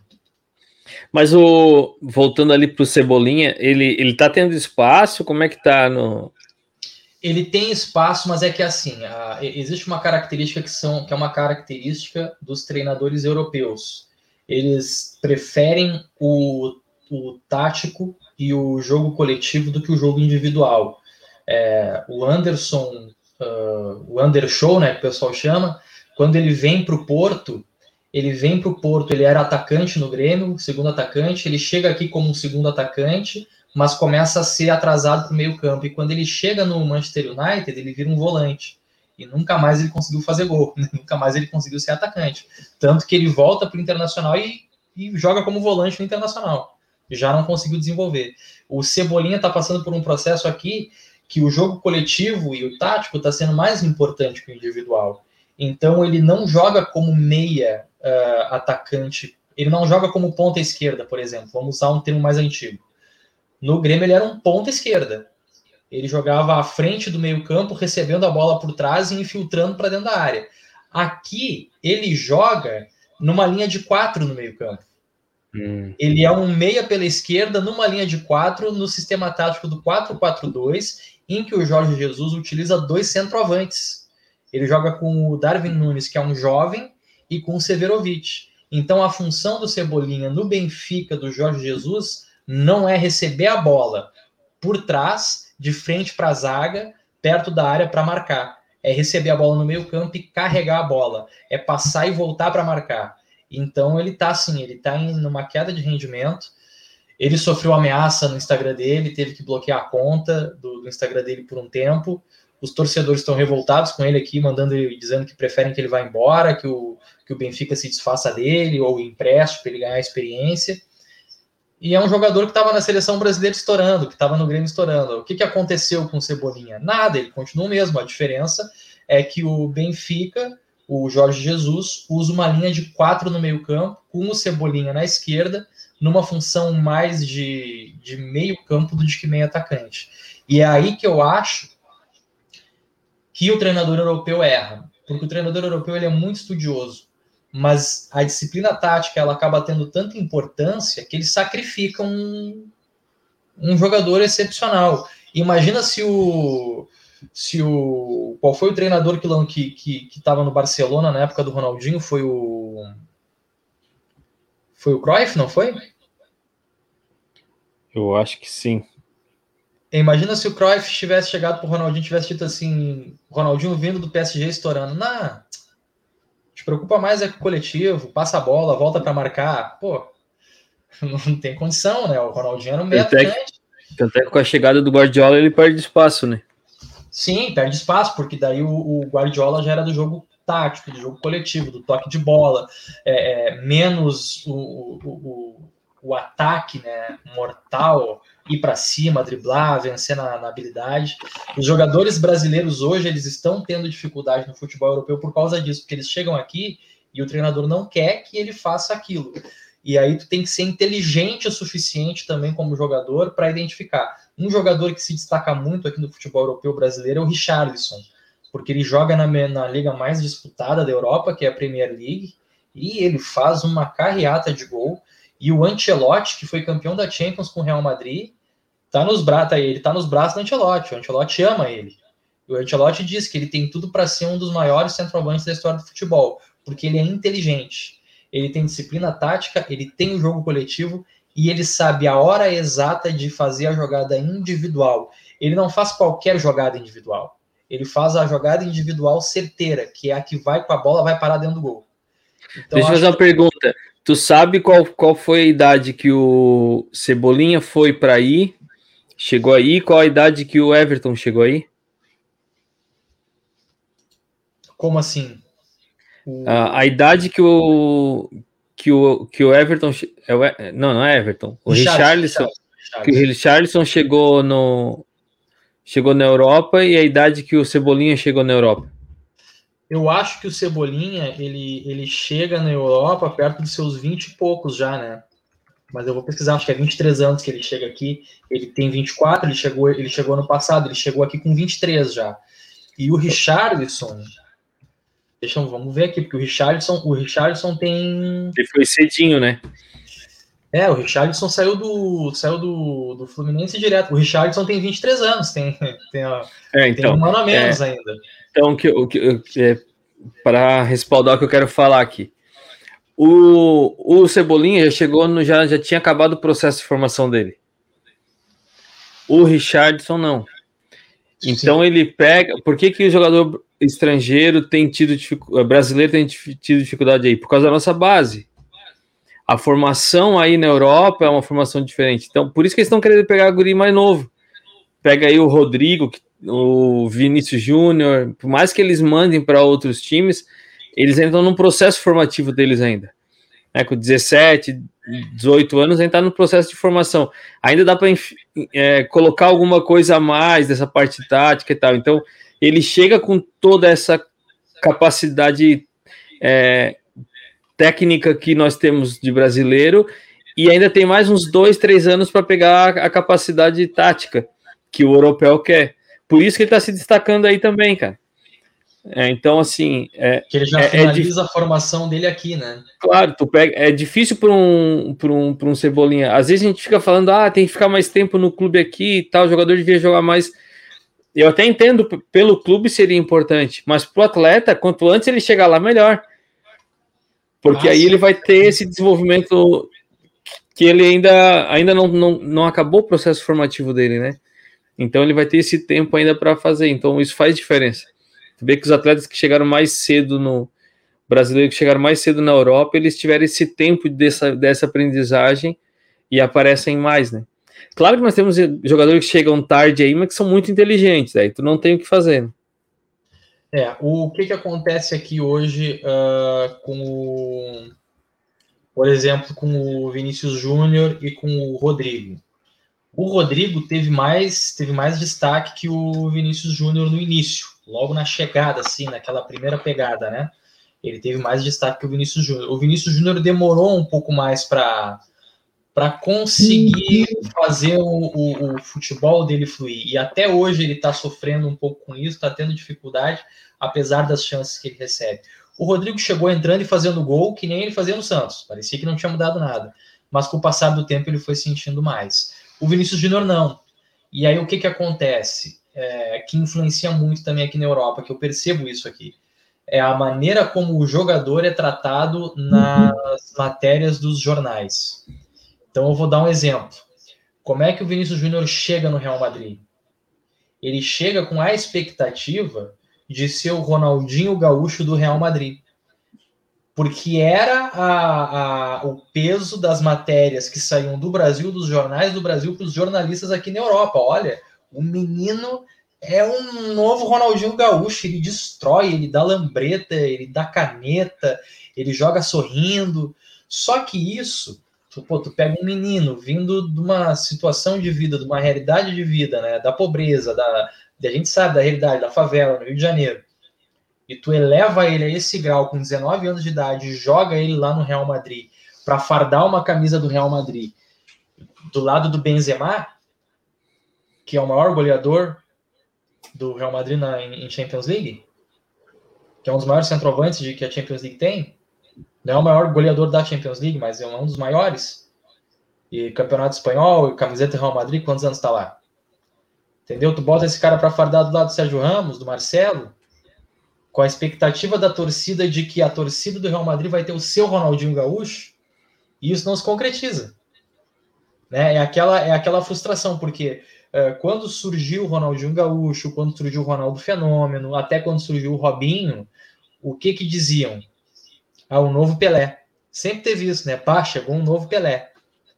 S2: Mas o voltando ali para o Cebolinha, ele, ele tá tendo espaço? Como é que tá no...
S1: Ele tem espaço, mas é que assim, a, existe uma característica que, são, que é uma característica dos treinadores europeus. Eles preferem o, o tático e o jogo coletivo do que o jogo individual. É, o Anderson, uh, o Andershow, né, que o pessoal chama, quando ele vem para o Porto, ele vem para o Porto, ele era atacante no Grêmio, segundo atacante, ele chega aqui como um segundo atacante, mas começa a ser atrasado para o meio campo, e quando ele chega no Manchester United, ele vira um volante, e nunca mais ele conseguiu fazer gol, nunca mais ele conseguiu ser atacante, tanto que ele volta para o Internacional e, e joga como volante no Internacional, já não conseguiu desenvolver. O Cebolinha está passando por um processo aqui, que o jogo coletivo e o tático está sendo mais importante que o individual, então ele não joga como meia uh, atacante, ele não joga como ponta esquerda, por exemplo, vamos usar um termo mais antigo. No Grêmio ele era um ponta esquerda. Ele jogava à frente do meio campo, recebendo a bola por trás e infiltrando para dentro da área. Aqui ele joga numa linha de quatro no meio campo. Hum. Ele é um meia pela esquerda numa linha de quatro no sistema tático do quatro quatro dois, em que o Jorge Jesus utiliza dois centroavantes. Ele joga com o Darwin Nunes, que é um jovem, e com o Severovic. Então a função do Cebolinha no Benfica do Jorge Jesus não é receber a bola por trás, de frente para a zaga, perto da área para marcar. É receber a bola no meio campo e carregar a bola. É passar e voltar para marcar. Então ele está assim, ele está em uma queda de rendimento. Ele sofreu ameaça no Instagram dele, teve que bloquear a conta do, do Instagram dele por um tempo. Os torcedores estão revoltados com ele aqui, mandando ele, dizendo que preferem que ele vá embora, que o, que o Benfica se desfaça dele, ou empreste para ele ganhar experiência. E é um jogador que estava na seleção brasileira estourando, que estava no Grêmio estourando. O que, que aconteceu com o Cebolinha? Nada, ele continua o mesmo. A diferença é que o Benfica, o Jorge Jesus, usa uma linha de quatro no meio campo, com o Cebolinha na esquerda, numa função mais de, de meio campo do que meio atacante. E é aí que eu acho que o treinador europeu erra, porque o treinador europeu ele é muito estudioso, mas a disciplina tática ela acaba tendo tanta importância que ele sacrifica um, um jogador excepcional. Imagina se o se o qual foi o treinador que que que estava no Barcelona na época do Ronaldinho, foi o foi o Cruyff, não foi?
S2: Eu acho que sim.
S1: Imagina se o Cruyff tivesse chegado para o Ronaldinho e tivesse dito assim, Ronaldinho vindo do P S G estourando, não, te preocupa mais é com o coletivo, passa a bola, volta para marcar, pô, não tem condição, né? O Ronaldinho era um meio atacante.
S2: Tanto é que com a chegada do Guardiola ele perde espaço, né?
S1: Sim, perde espaço, porque daí o, o Guardiola já era do jogo tático, do jogo coletivo, do toque de bola, é, é, menos o, o, o, o ataque, né, mortal, ir para cima, driblar, vencer na, na habilidade. Os jogadores brasileiros hoje, eles estão tendo dificuldade no futebol europeu por causa disso, porque eles chegam aqui e o treinador não quer que ele faça aquilo. E aí tu tem que ser inteligente o suficiente também como jogador para identificar. Um jogador que se destaca muito aqui no futebol europeu brasileiro é o Richarlison, porque ele joga na, na liga mais disputada da Europa, que é a Premier League, e ele faz uma carreata de gol. E o Ancelotti, que foi campeão da Champions com o Real Madrid, tá nos bra- tá, ele tá nos braços do Ancelotti. O Ancelotti ama ele. E o Ancelotti diz que ele tem tudo para ser um dos maiores centroavantes da história do futebol, porque ele é inteligente. Ele tem disciplina tática, ele tem o jogo coletivo e ele sabe a hora exata de fazer a jogada individual. Ele não faz qualquer jogada individual. Ele faz a jogada individual certeira, que é a que vai com a bola, vai parar dentro do gol.
S2: Então, deixa eu fazer uma que... pergunta. Tu sabe qual, qual foi a idade que o Cebolinha foi para ir? Chegou aí? Qual a idade que o Everton chegou aí?
S1: Como assim?
S2: O... A, a idade que o que o, que o Everton é o, não, não é Everton. O Richarlison, Richarlison. Que o Richarlison chegou no chegou na Europa e a idade que o Cebolinha chegou na Europa.
S1: Eu acho que o Cebolinha ele, ele chega na Europa perto dos seus vinte e poucos já, né? Mas eu vou pesquisar, acho que é vinte e três anos que ele chega aqui. Ele tem vinte e quatro, ele chegou, ele chegou ano passado, ele chegou aqui com vinte e três já. E o Richarlison, Deixa, vamos ver aqui, porque o Richarlison, o Richarlison tem...
S2: Ele foi cedinho, né?
S1: É, o Richarlison saiu do, saiu do, do Fluminense direto. O Richarlison tem vinte e três anos, tem, tem,
S2: é, então,
S1: tem um ano a menos
S2: é,
S1: ainda.
S2: Então, que, o que, é, para respaldar o que eu quero falar aqui, o, o Cebolinha já chegou, no, já, já tinha acabado o processo de formação dele. O Richarlison não. Então Sim. ele pega... Por que, que o jogador estrangeiro tem tido dificuldade, brasileiro tem tido dificuldade aí? Por causa da nossa base. A formação aí na Europa é uma formação diferente. Então, por isso que eles estão querendo pegar o guri mais novo. Pega aí o Rodrigo, o Vinícius Júnior, por mais que eles mandem para outros times, eles ainda estão num processo formativo deles ainda. É, com dezessete, dezoito anos, ainda está no processo de formação. Ainda dá para é, colocar alguma coisa a mais dessa parte tática e tal. Então, ele chega com toda essa capacidade é, técnica que nós temos de brasileiro e ainda tem mais uns dois, três anos para pegar a capacidade tática que o europeu quer. Por isso que ele está se destacando aí também, cara. É, então, assim... É,
S1: que ele já
S2: é,
S1: finaliza
S2: é
S1: a formação dele aqui, né?
S2: Claro, tu pega, é difícil para um, para um, para um Cebolinha. Às vezes a gente fica falando, ah, tem que ficar mais tempo no clube aqui e tal, o jogador devia jogar mais... Eu até entendo, pelo clube seria importante, mas para o atleta, quanto antes ele chegar lá, melhor. Porque ah, aí sim. ele vai ter esse desenvolvimento que ele ainda, ainda não, não, não acabou o processo formativo dele, né? Então ele vai ter esse tempo ainda para fazer. Então isso faz diferença. Tu vê que os atletas que chegaram mais cedo no brasileiro, que chegaram mais cedo na Europa, eles tiveram esse tempo dessa, dessa aprendizagem e aparecem mais, né? Claro que nós temos jogadores que chegam tarde aí, mas que são muito inteligentes. Aí tu não tem o que fazer. Né?
S1: É, o que que acontece aqui hoje uh, com o, por exemplo, com o Vinícius Júnior e com o Rodrigo? O Rodrigo teve mais, teve mais destaque que o Vinícius Júnior no início, logo na chegada, assim, naquela primeira pegada, né? Ele teve mais destaque que o Vinícius Júnior. O Vinícius Júnior demorou um pouco mais para para conseguir fazer o, o, o futebol dele fluir. E até hoje ele está sofrendo um pouco com isso, está tendo dificuldade, apesar das chances que ele recebe. O Rodrigo chegou entrando e fazendo gol, que nem ele fazia no Santos. Parecia que não tinha mudado nada. Mas com o passar do tempo ele foi sentindo mais. O Vinícius Júnior não. E aí o que, que acontece? É, que influencia muito também aqui na Europa, que eu percebo isso aqui. É a maneira como o jogador é tratado nas matérias dos jornais. Então eu vou dar um exemplo. Como é que o Vinícius Júnior chega no Real Madrid? Ele chega com a expectativa de ser o Ronaldinho Gaúcho do Real Madrid. Porque era a, a, o peso das matérias que saíam do Brasil, dos jornais do Brasil, para os jornalistas aqui na Europa. Olha, o menino é um novo Ronaldinho Gaúcho, ele destrói, ele dá lambreta, ele dá caneta, ele joga sorrindo. Só que isso, tu, pô, tu pega um menino vindo de uma situação de vida, de uma realidade de vida, né, da pobreza, da, a gente sabe da realidade, da favela, no Rio de Janeiro, e tu eleva ele a esse grau com dezenove anos de idade, joga ele lá no Real Madrid para fardar uma camisa do Real Madrid do lado do Benzema, que é o maior goleador do Real Madrid na, em Champions League, que é um dos maiores centroavantes de, que a Champions League tem. Não é o maior goleador da Champions League, mas é um dos maiores. E campeonato espanhol, camiseta do Real Madrid, quantos anos está lá? Entendeu? Tu bota esse cara para fardar do lado do Sérgio Ramos, do Marcelo, com a expectativa da torcida de que a torcida do Real Madrid vai ter o seu Ronaldinho Gaúcho, e isso não se concretiza. Né? É, aquela, é aquela frustração, porque uh, quando surgiu o Ronaldinho Gaúcho, quando surgiu o Ronaldo Fenômeno, até quando surgiu o Robinho, o que que diziam? Ah, um novo Pelé. Sempre teve isso, né? Pá, chegou um novo Pelé.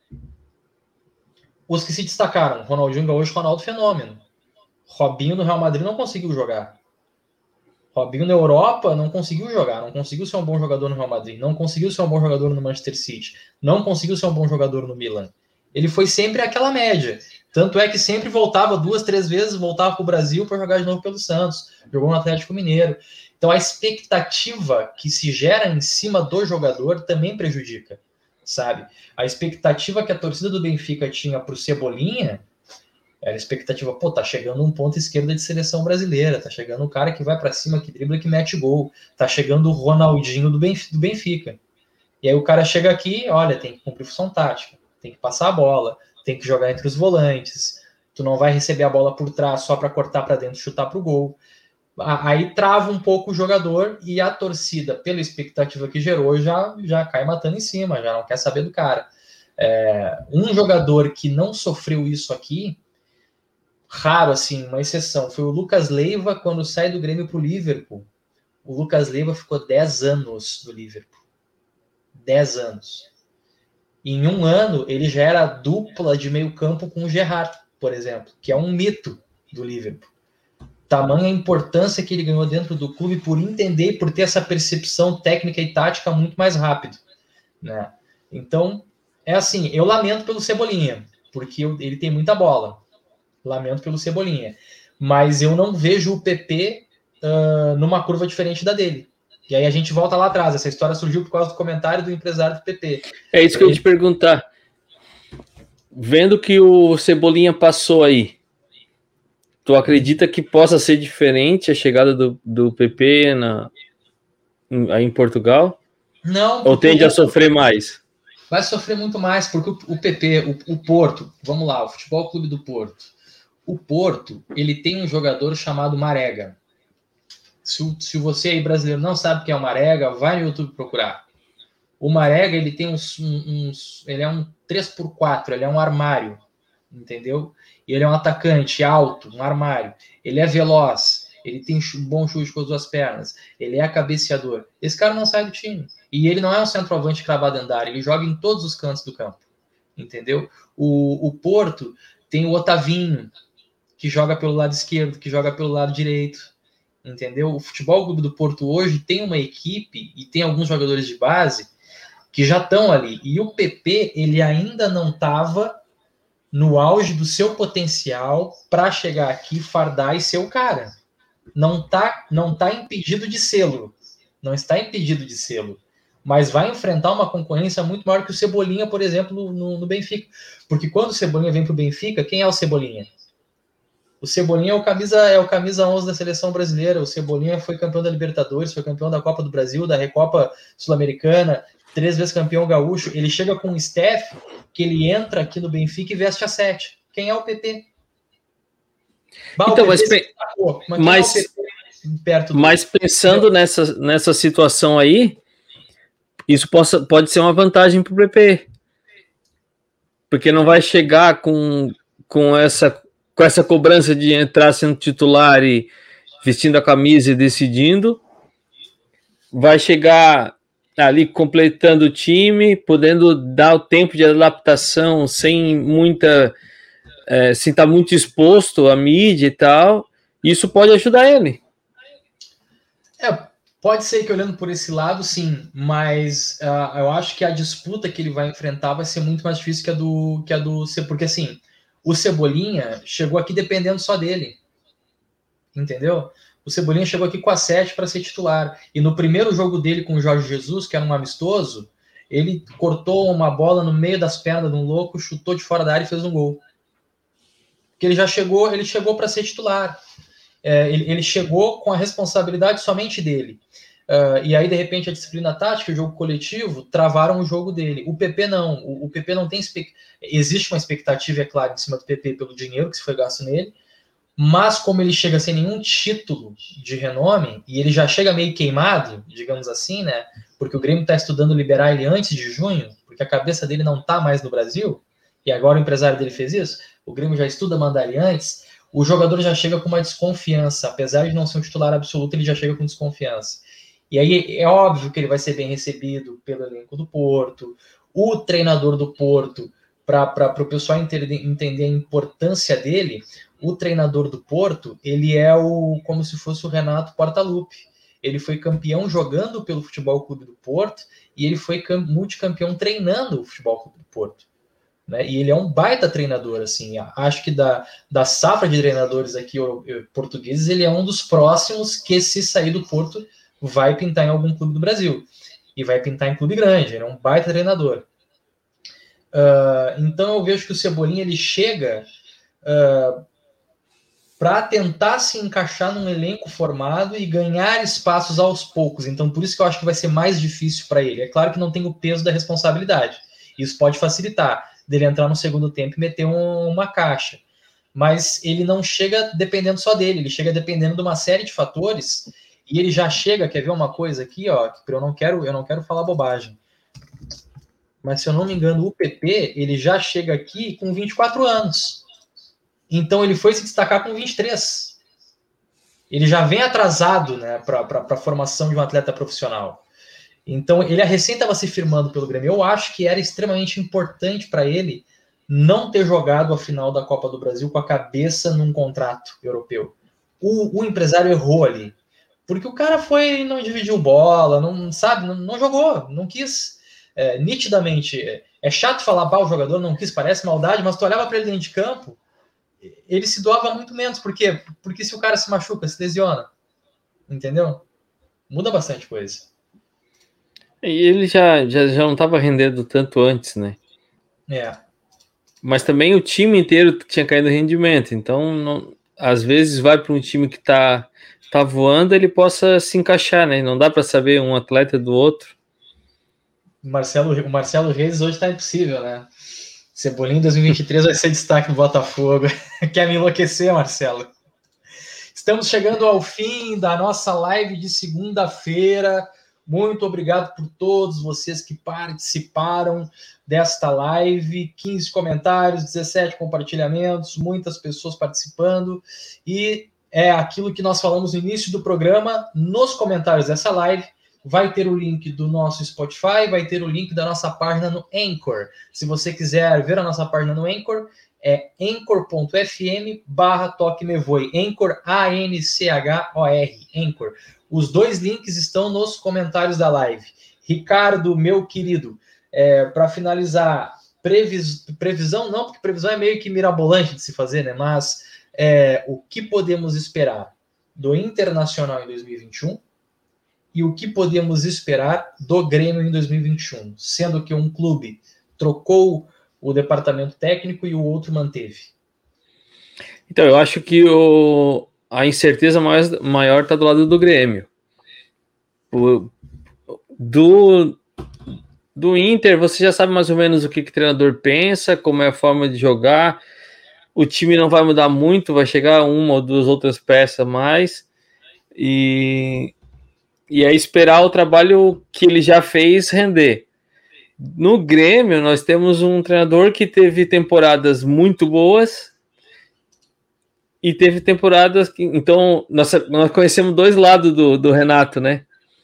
S1: Os que se destacaram, Ronaldinho Gaúcho, Ronaldo Fenômeno. Robinho no Real Madrid não conseguiu jogar. Robinho na Europa não conseguiu jogar, não conseguiu ser um bom jogador no Real Madrid, não conseguiu ser um bom jogador no Manchester City, não conseguiu ser um bom jogador no Milan. Ele foi sempre aquela média. Tanto é que sempre voltava duas, três vezes, voltava para o Brasil para jogar de novo pelo Santos. Jogou no Atlético Mineiro. Então a expectativa que se gera em cima do jogador também prejudica, sabe? A expectativa que a torcida do Benfica tinha para o Cebolinha Era a expectativa, pô, tá chegando um ponto esquerda de seleção brasileira, tá chegando um cara que vai para cima, que dribla, que mete gol, tá chegando o Ronaldinho do Benfica. E aí o cara chega aqui, olha, tem que cumprir função tática, tem que passar a bola, tem que jogar entre os volantes, tu não vai receber a bola por trás só para cortar para dentro e chutar pro gol. Aí trava um pouco o jogador e a torcida, pela expectativa que gerou, já, já cai matando em cima, já não quer saber do cara. É, um jogador que não sofreu isso aqui, raro assim, uma exceção, foi o Lucas Leiva quando sai do Grêmio pro Liverpool. O Lucas Leiva ficou dez anos no Liverpool. dez anos. Em um ano, ele já era dupla de meio campo com o Gerrard, por exemplo, que é um mito do Liverpool. Tamanha a importância que ele ganhou dentro do clube por entender e por ter essa percepção técnica e tática muito mais rápido, né? Então, é assim, eu lamento pelo Cebolinha, porque eu, ele tem muita bola. Lamento pelo Cebolinha. Mas eu não vejo o P P uh, numa curva diferente da dele. E aí a gente volta lá atrás. Essa história surgiu por causa do comentário do empresário do P P.
S2: É isso que eu ia te perguntar. Vendo que o Cebolinha passou aí, tu acredita que possa ser diferente a chegada do, do P P na, em, aí em Portugal?
S1: Não.
S2: Ou tende a sofrer mais?
S1: Vai sofrer muito mais, porque o, o P P, o, o Porto, vamos lá, o Futebol Clube do Porto. O Porto, ele tem um jogador chamado Marega. Se, se você aí brasileiro não sabe quem é o Marega, vai no YouTube procurar. O Marega, ele tem uns, uns ele é um três por quatro, ele é um armário, entendeu? E ele é um atacante alto, um armário. Ele é veloz, ele tem um bom chute com as duas pernas, ele é cabeceador. Esse cara não sai do time. E ele não é um centroavante cravado dentro da área, ele joga em todos os cantos do campo, entendeu? O, o Porto tem o Otavinho, que joga pelo lado esquerdo, que joga pelo lado direito, entendeu? O Futebol Clube do Porto hoje tem uma equipe e tem alguns jogadores de base que já estão ali. E o P P, ele ainda não estava no auge do seu potencial para chegar aqui, fardar e ser o cara. Não tá, não tá impedido de sê-lo. Não está impedido de sê-lo. Mas vai enfrentar uma concorrência muito maior que o Cebolinha, por exemplo, no, no Benfica. Porque quando o Cebolinha vem para o Benfica, quem é o Cebolinha? O Cebolinha é o, camisa, é o camisa onze da seleção brasileira. O Cebolinha foi campeão da Libertadores, foi campeão da Copa do Brasil, da Recopa Sul-Americana, três vezes campeão gaúcho. Ele chega com o Steph, que ele entra aqui no Benfica e veste a sete. Quem é o P P?
S2: Bah, então, P P mas, mas, é o P P perto do... mas pensando nessa, nessa situação aí, isso possa, pode ser uma vantagem para o P P. Porque não vai chegar com, com essa... com essa cobrança de entrar sendo titular e vestindo a camisa e decidindo, vai chegar ali completando o time, podendo dar o tempo de adaptação sem muita, é, sem estar muito exposto à mídia e tal, isso pode ajudar ele.
S1: É, pode ser que olhando por esse lado, sim, mas uh, eu acho que a disputa que ele vai enfrentar vai ser muito mais difícil que a do, que a do porque assim, o Cebolinha chegou aqui dependendo só dele, entendeu? O Cebolinha chegou aqui com a sete para ser titular. E no primeiro jogo dele com o Jorge Jesus, que era um amistoso, ele cortou uma bola no meio das pernas de um louco, chutou de fora da área e fez um gol. Porque ele já chegou, ele chegou para ser titular. É, ele, ele chegou com a responsabilidade somente dele. Uh, e aí, de repente, a disciplina tática, o jogo coletivo, travaram o jogo dele. O P P não. O, o P P não tem... Expect... Existe uma expectativa, é claro, em cima do P P pelo dinheiro que se foi gasto nele, mas como ele chega sem nenhum título de renome, e ele já chega meio queimado, digamos assim, né? Porque o Grêmio está estudando liberar ele antes de junho, porque a cabeça dele não está mais no Brasil, e agora o empresário dele fez isso, o Grêmio já estuda mandar ele antes, o jogador já chega com uma desconfiança, apesar de não ser um titular absoluto, ele já chega com desconfiança. E aí é óbvio que ele vai ser bem recebido pelo elenco do Porto, o treinador do Porto, para o pessoal entender, entender a importância dele, o treinador do Porto, ele é o como se fosse o Renato Portaluppi. Ele foi campeão jogando pelo Futebol Clube do Porto e ele foi multicampeão treinando o Futebol Clube do Porto. Né? E ele é um baita treinador, assim, acho que da, da safra de treinadores aqui portugueses, ele é um dos próximos que, se sair do Porto, vai pintar em algum clube do Brasil. E vai pintar em clube grande, ele é um baita treinador. Uh, então eu vejo que o Cebolinha, ele chega uh, para tentar se encaixar num elenco formado e ganhar espaços aos poucos. Então, por isso que eu acho que vai ser mais difícil para ele. É claro que não tem o peso da responsabilidade. Isso pode facilitar dele entrar no segundo tempo e meter um, uma caixa. Mas ele não chega dependendo só dele, ele chega dependendo de uma série de fatores, e ele já chega, quer ver uma coisa aqui, ó, que eu não quero, eu não quero falar bobagem. Mas se eu não me engano, o P P, ele já chega aqui com vinte e quatro anos. Então ele foi se destacar com vinte e três. Ele já vem atrasado, né, para a formação de um atleta profissional. Então ele recém estava se firmando pelo Grêmio. Eu acho que era extremamente importante para ele não ter jogado a final da Copa do Brasil com a cabeça num contrato europeu. O, o empresário errou ali. Porque o cara foi, não dividiu bola, não sabe, não, não jogou, não quis. É, nitidamente, é, é chato falar, bah, o jogador não quis, parece maldade, mas tu olhava para ele dentro de campo, ele se doava muito menos. Por quê? Porque se o cara se machuca, se lesiona, entendeu? Muda bastante coisa.
S2: E ele já, já, já não estava rendendo tanto antes, né?
S1: É.
S2: Mas também o time inteiro tinha caído rendimento, então não, às vezes vai para um time que está tá voando, ele possa se encaixar, né? Não dá para saber um atleta do outro.
S1: Marcelo, o Marcelo Reis hoje está impossível, né? Cebolinha em dois mil e vinte e três vai ser destaque no Botafogo. Quer me enlouquecer, Marcelo? Estamos chegando ao fim da nossa live de segunda-feira. Muito obrigado por todos vocês que participaram desta live. quinze comentários, dezessete compartilhamentos, muitas pessoas participando. E é aquilo que nós falamos no início do programa. Nos comentários dessa live, vai ter o link do nosso Spotify, vai ter o link da nossa página no Anchor. Se você quiser ver a nossa página no Anchor, é anchor.fm barra Toque Me Voe. Anchor, A N C H O R. Anchor. Os dois links estão nos comentários da live. Ricardo, meu querido, é, para finalizar, previs, previsão não, porque previsão é meio que mirabolante de se fazer, né? Mas é, o que podemos esperar do Internacional em dois mil e vinte e um e o que podemos esperar do Grêmio em dois mil e vinte e um, sendo que um clube trocou o departamento técnico e o outro manteve?
S2: Então, eu acho que o, a incerteza maior está do lado do Grêmio. O, do, do Inter, você já sabe mais ou menos o que, que o treinador pensa, como é a forma de jogar. O time não vai mudar muito, vai chegar uma ou duas outras peças a mais. E, e é esperar o trabalho que ele já fez render. No Grêmio, nós temos um treinador que teve temporadas muito boas e teve temporadas que... Então, nós, nós conhecemos dois lados do, do Renato, né?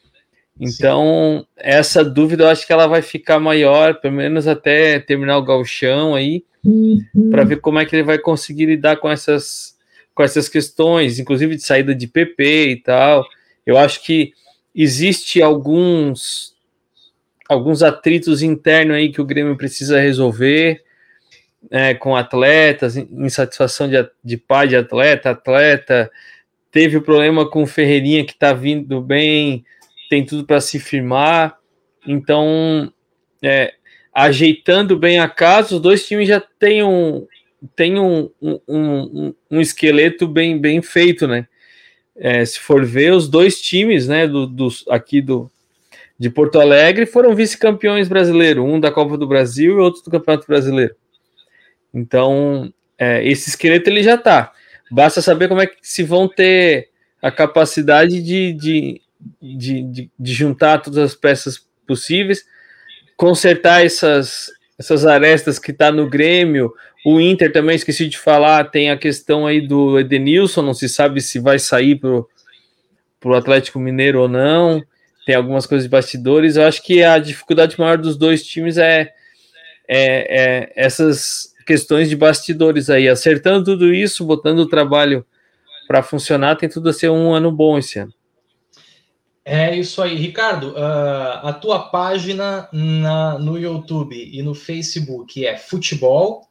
S2: Então, sim, essa dúvida eu acho que ela vai ficar maior, pelo menos até terminar o gauchão aí, uhum, para ver como é que ele vai conseguir lidar com essas, com essas questões, inclusive de saída de P P e tal. Eu acho que existe alguns... alguns atritos internos aí que o Grêmio precisa resolver, é, com atletas, insatisfação de, de pai de atleta, atleta, teve o problema com o Ferreirinha que tá vindo bem, tem tudo para se firmar, então, é, ajeitando bem a casa, os dois times já têm um, tem um, um, um, um esqueleto bem, bem feito, né? É, se for ver, os dois times, né, do, do, aqui do de Porto Alegre foram vice-campeões brasileiros, um da Copa do Brasil e outro do Campeonato Brasileiro. Então, é, esse esqueleto ele já está. Basta saber como é que se vão ter a capacidade de, de, de, de, de juntar todas as peças possíveis, consertar essas, essas arestas que está no Grêmio. O Inter também, esqueci de falar, tem a questão aí do Edenilson, não se sabe se vai sair para o Atlético Mineiro ou não. Tem algumas coisas de bastidores. Eu acho que a dificuldade maior dos dois times é, é, é essas questões de bastidores aí. Acertando tudo isso, botando o trabalho para funcionar, tem tudo a ser um ano bom esse ano.
S1: É isso aí. Ricardo, uh, a tua página na, no YouTube e no Facebook é Futebol,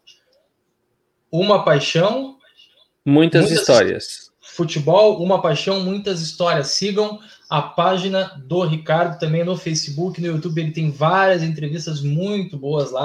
S1: Uma Paixão...
S2: Muitas, muitas histórias.
S1: Futebol, Uma Paixão, Muitas Histórias. Sigam a página do Ricardo também no Facebook, no YouTube. Ele tem várias entrevistas muito boas lá.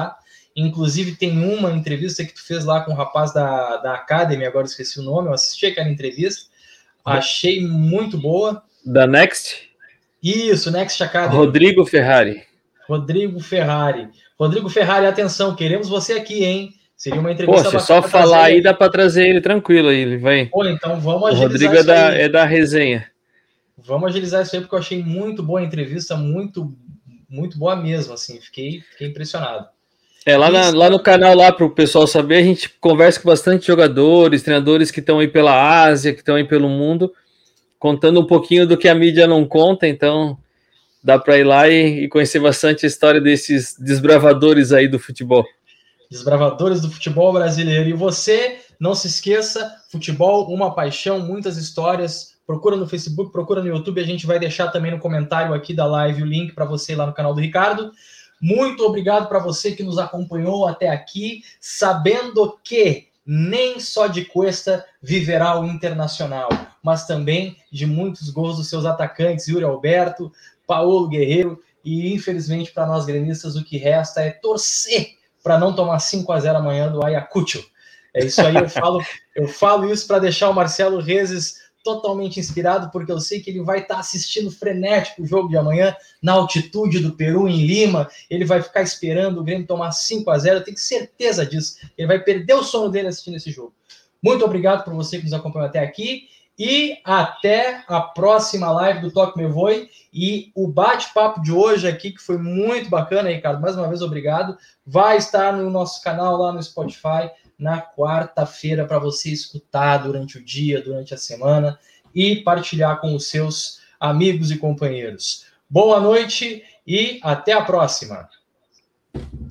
S1: Inclusive, tem uma entrevista que tu fez lá com o rapaz da, da Academy, agora esqueci o nome, eu assisti aquela entrevista, achei muito boa.
S2: Da Next?
S1: Isso, Next Academy.
S2: Rodrigo Ferrari.
S1: Rodrigo Ferrari. Rodrigo Ferrari, atenção, queremos você aqui, hein? Seria uma entrevista
S2: bacana. Poxa, só falar aí, dá para trazer ele tranquilo aí, ele vai.
S1: Pô, então vamos
S2: agilizar. O Rodrigo é da, é da resenha.
S1: Vamos agilizar isso aí, porque eu achei muito boa a entrevista, muito, muito boa mesmo, assim, fiquei, fiquei impressionado.
S2: É, lá, na, lá no canal, lá para o pessoal saber, a gente conversa com bastante jogadores, treinadores que estão aí pela Ásia, que estão aí pelo mundo, contando um pouquinho do que a mídia não conta, então dá para ir lá e, e conhecer bastante a história desses desbravadores aí do futebol.
S1: Desbravadores do futebol brasileiro. E você, não se esqueça, futebol, uma paixão, muitas histórias. Procura no Facebook, procura no YouTube, a gente vai deixar também no comentário aqui da live o link para você ir lá no canal do Ricardo. Muito obrigado para você que nos acompanhou até aqui, sabendo que nem só de Cuesta viverá o Internacional, mas também de muitos gols dos seus atacantes, Yuri Alberto, Paulo Guerreiro, e infelizmente para nós gremistas o que resta é torcer para não tomar cinco a zero amanhã do Ayacucho. É isso aí, eu falo, eu falo isso para deixar o Marcelo Rezes totalmente inspirado, porque eu sei que ele vai estar assistindo frenético o jogo de amanhã, na altitude do Peru, em Lima. Ele vai ficar esperando o Grêmio tomar cinco a zero, eu tenho certeza disso. Ele vai perder o sono dele assistindo esse jogo. Muito obrigado por você que nos acompanhou até aqui, e até a próxima live do Toque Me Voe. E o bate-papo de hoje aqui, que foi muito bacana, Ricardo, mais uma vez obrigado, vai estar no nosso canal lá no Spotify na quarta-feira para você escutar durante o dia, durante a semana e partilhar com os seus amigos e companheiros. Boa noite e até a próxima!